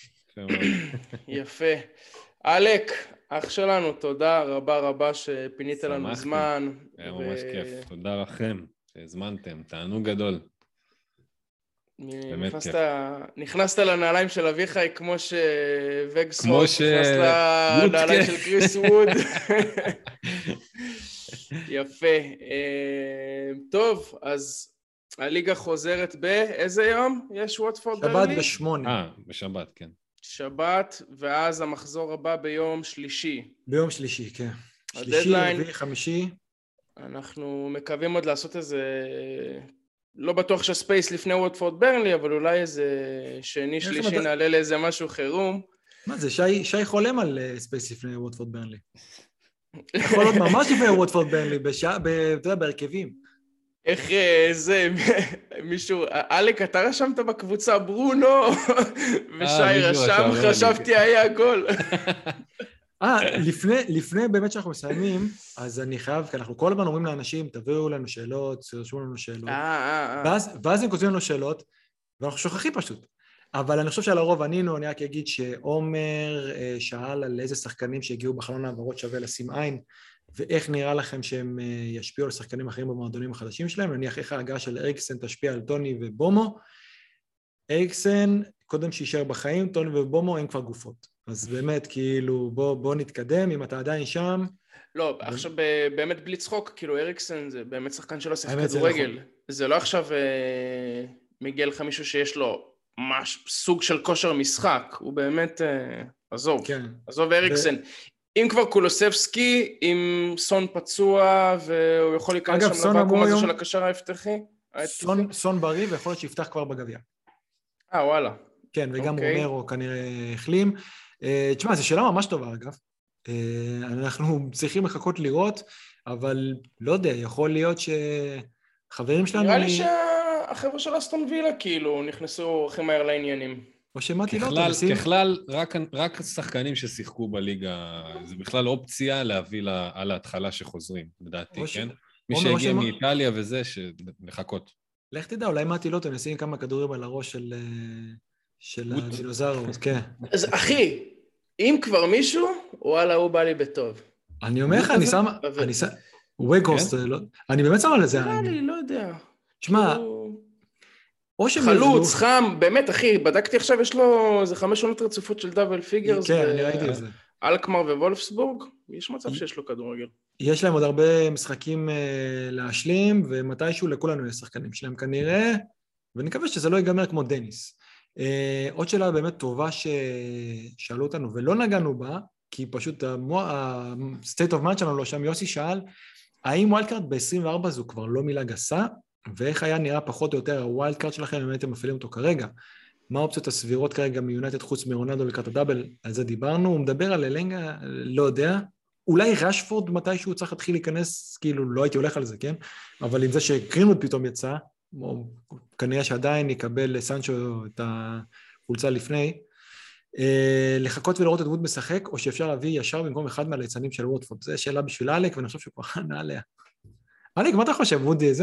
יפה. אלק, אח שלנו, תודה רבה שפינית לנו זמן. היה ממש כיף, תודה לכם שהזמנתם, תענוג גדול. נכנסת לנעליים של אביחי כמו שווגסהורט נכנס לנעליים של קריס ווד. יפה. טוב, אז הליגה חוזרת באיזה יום? יש ווטפורד ברלי? שבת ב8. בשבת, כן. שבת, ואז המחזור הבא ביום שלישי. ביום שלישי, כן. שלישי, רביעי, חמישי. אנחנו מקווים עוד לעשות איזה... לא בטוח שספייס לפני ווטפורד ברנלי, אבל אולי איזה שני, שלישי נעלה לאיזה משהו חירום. מה זה? שי חולם על ספייס לפני ווטפורד ברנלי. יכול להיות ממש לפני ווטפורד ברנלי, אתה יודע, בהרכבים. איך זה, מישהו, אלק, אתה רשמת בקבוצה ברונו, ושי רשם, חשבתי היה גול. לפני באמת שאנחנו מסיימים, אז אני חייב, כי אנחנו כל הזמן אומרים לאנשים, תביאו לנו שאלות, תרשמו לנו שאלות, ואז הם כותבים לנו שאלות, ואנחנו שוכחים פשוט. אבל אני חושב שעל הרוב ענינו, אני רק אגיד שעומר שאל על איזה שחקנים שהגיעו בחלון העברות שווה לשים עין, ואיך נראה לכם שהם ישפיעו על שחקנים אחרים במועדונים החדשים שלהם, נניח איך ההגעה של אריקסן תשפיע על טוני ובומו, אריקסן קודם שישאר בחיים, טוני ובומו הם כבר גופות. אז באמת, כאילו, בוא נתקדם, אם אתה עדיין שם. לא, עכשיו באמת בלי צחוק, כאילו אריקסן זה באמת שחקן שלא שיחק כדורגל. זה לא עכשיו מגיע לך מישהו שיש לו סוג של כושר משחק, הוא באמת, עזוב אריקסן. אם כבר קולוסבסקי, עם סון פצוע, והוא יכול להיכנס שם לבקום הזה של הקשר ההפתחי. סון בריא, ויכול להיות שיפתח כבר בגביע. וואלה. כן, וגם רומרו כנראה החלים. תשמע, זו שאלה ממש טובה, אגב. אנחנו צריכים לחכות לראות, אבל לא יודע, יכול להיות שחברים שלנו... נראה לי שהחבר'ה של אסטון וילה כאילו נכנסו הכי מהר לעניינים. או שמעתי לא ככלל, רק השחקנים ששיחקו בליגה, זה בכלל אופציה להביא על ההתחלה שחוזרים, לדעתי, כן? מי שהגיע מאיטליה וזה, לחכות. לך תדע, אולי מעתי לא, נשים כמה כדורים על הראש של הדינוזאורוס, כן. אז אחי, אם כבר מישהו, וואלה, הוא בא לי בטוב. אני אומר לך, אני שם... וגוסט, אני באמת שם על זה. אני לא יודע. תשמע... חלוץ, חם, באמת אחי, בדקתי עכשיו, יש לו איזה 5 עונות רצופות של דאבל פיגרס. כן, אני ראיתי את זה. אלקמר ווולפסבורג, יש מצב שיש לו כדורגל. יש להם עוד הרבה משחקים להשלים, ומתישהו לכולנו יש שחקנים שלהם כנראה, ונקווה שזה לא ייגמר כמו דניס. עוד שאלה באמת טובה ששאלו אותנו ולא נגענו בה, כי פשוט ה-state of mind שלנו לא שם, יוסי שאל, האם ווילד-קארד ב-24 זו כבר לא מילה גסה, ואיך היה נראה פחות או יותר הווילד-קארד שלכם, אם הייתם מפעילים אותו כרגע? מה האופציות הסבירות כרגע מיונייטד חוץ מרונלדו לקראת הדאבל? על זה דיברנו, הוא מדבר על אלנגה, לא יודע, אולי רשפורד מתישהו צריך להתחיל להיכנס, כאילו לא הייתי הולך על זה, כן? אבל עם זה שקרינווד פתאום יצא, כנראה שעדיין יקבל לסנצ'ו את החולצה לפני, לחכות ולראות את ווד משחק, או שאפשר להביא ישר במקום אחד מהליצנים של ווטפורד. זו שאלה בשביל אלק, ואני חושב שכבר ענה עליה. אלק, מה אתה חושב? ווד זה?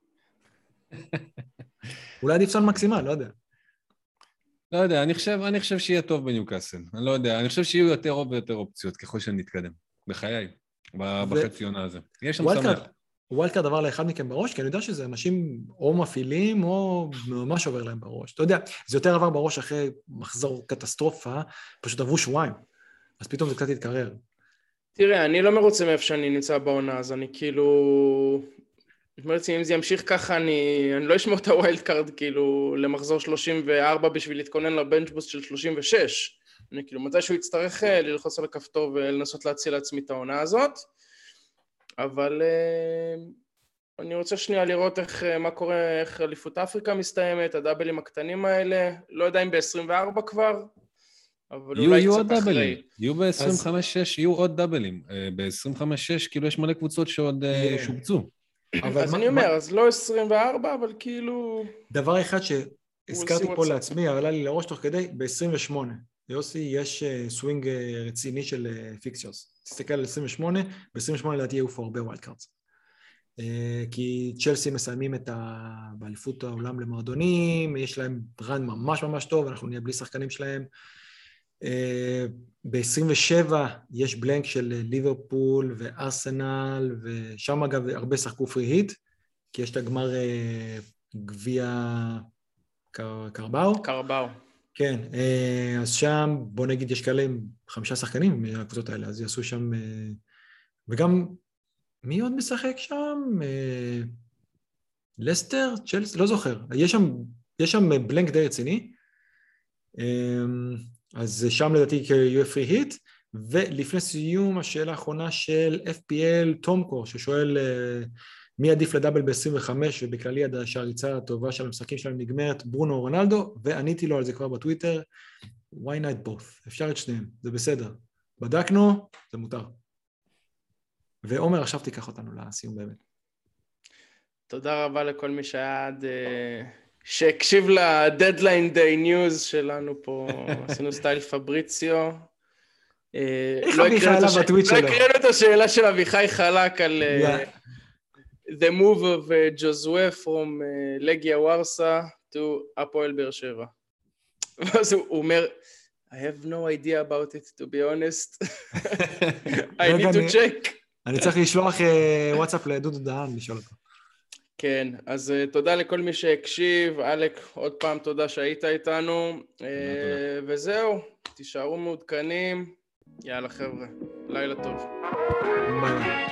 אולי עדיף סון מקסימל, לא יודע. לא יודע, אני חושב שיהיה טוב בניוקאסל. אני לא יודע, אני חושב שיהיו יותר ויותר אופציות ככל שנתקדם. בחיי, בחצי עונה הזה. יש שם שמח. ווילד-קארד דבר לאחד מכם בראש, כי אני יודע שזה אנשים או מפעילים או ממש עובר להם בראש. אתה יודע, זה יותר עבר בראש אחרי מחזור קטסטרופה, פשוט עברו שבועיים, אז פתאום זה קצת התקרר. תראה, אני לא מרוצה מאיפה שאני נמצא בעונה, אז אני כאילו... אם זה ימשיך ככה, אני לא אשמור את הווילד-קארד כאילו למחזור 34 בשביל להתכונן לבנצ'בוסט של 36. אני כאילו מתישהו יצטרך ללחוץ על הכפתור ולנסות להציל לעצמי את העונה הזאת. אבל אני רוצה שנייה לראות מה קורה, איך אליפות אפריקה מסתיימת, הדאבלים הקטנים האלה, לא יודע אם ב-24 כבר, אבל אולי יהיו קצת עוד אחרי. דאבלים, יהיו ב-25-6, יהיו עוד דאבלים. ב-25-6 כאילו יש מלא קבוצות שעוד שובצו. אז אני אומר, אז לא 24, אבל כאילו... דבר אחד שהזכרתי פה לעצמי, עלה לי לראש תוך כדי, ב-28. יוסי, יש סווינג רציני של פיקצ'רס. תסתכל על 28, ב-28 לדעתי יהיו פה הרבה ווילד קארדס. כי צ'לסי מסיימים באליפות העולם למועדונים, יש להם רן ממש ממש טוב, אנחנו נהיה בלי שחקנים שלהם. ב-27 יש בלנק של ליברפול וארסנל, ושם אגב הרבה שחקו פרי היט, כי יש את הגמר גביע קרבאו. קרבאו. כן, אז שם בוא נגיד יש כאלה עם 5 שחקנים מהקבוצות האלה, אז יעשו שם, וגם מי עוד משחק שם? לסטר? צ'לסי? לא זוכר. יש שם בלנק די רציני, אז שם לדעתי יהיה פרי היט, ולפני סיום השאלה האחרונה של FPL תומקו, ששואל מי עדיף לדאבל ב-25, ובכללי שהריצה הטובה של המשחקים שלהם נגמרת, ברונו או רונלדו, ועניתי לו על זה כבר בטוויטר, why not both? אפשר את שניהם, זה בסדר. בדקנו, זה מותר. ועומר, עכשיו תיקח אותנו לסיום באמת. תודה רבה לכל מי שהקשיב לדדליין דיי ניוז שלנו פה, עשינו סטייל פבריציו. איך אביחי עלה בטוויט שלו? לא הקראנו את השאלה של אביחי חלק על the move of Josue from לגיה וורסה to הפועל באר שבע. ואז הוא אומר, I have no idea about it, to be honest. I need to check. אני צריך לשלוח וואטסאפ לדודו דהן, לשאול אותו. כן, אז תודה לכל מי שהקשיב. אלק, עוד פעם תודה שהיית איתנו. וזהו, תישארו מעודכנים. יאללה חבר'ה, לילה טוב. ביי.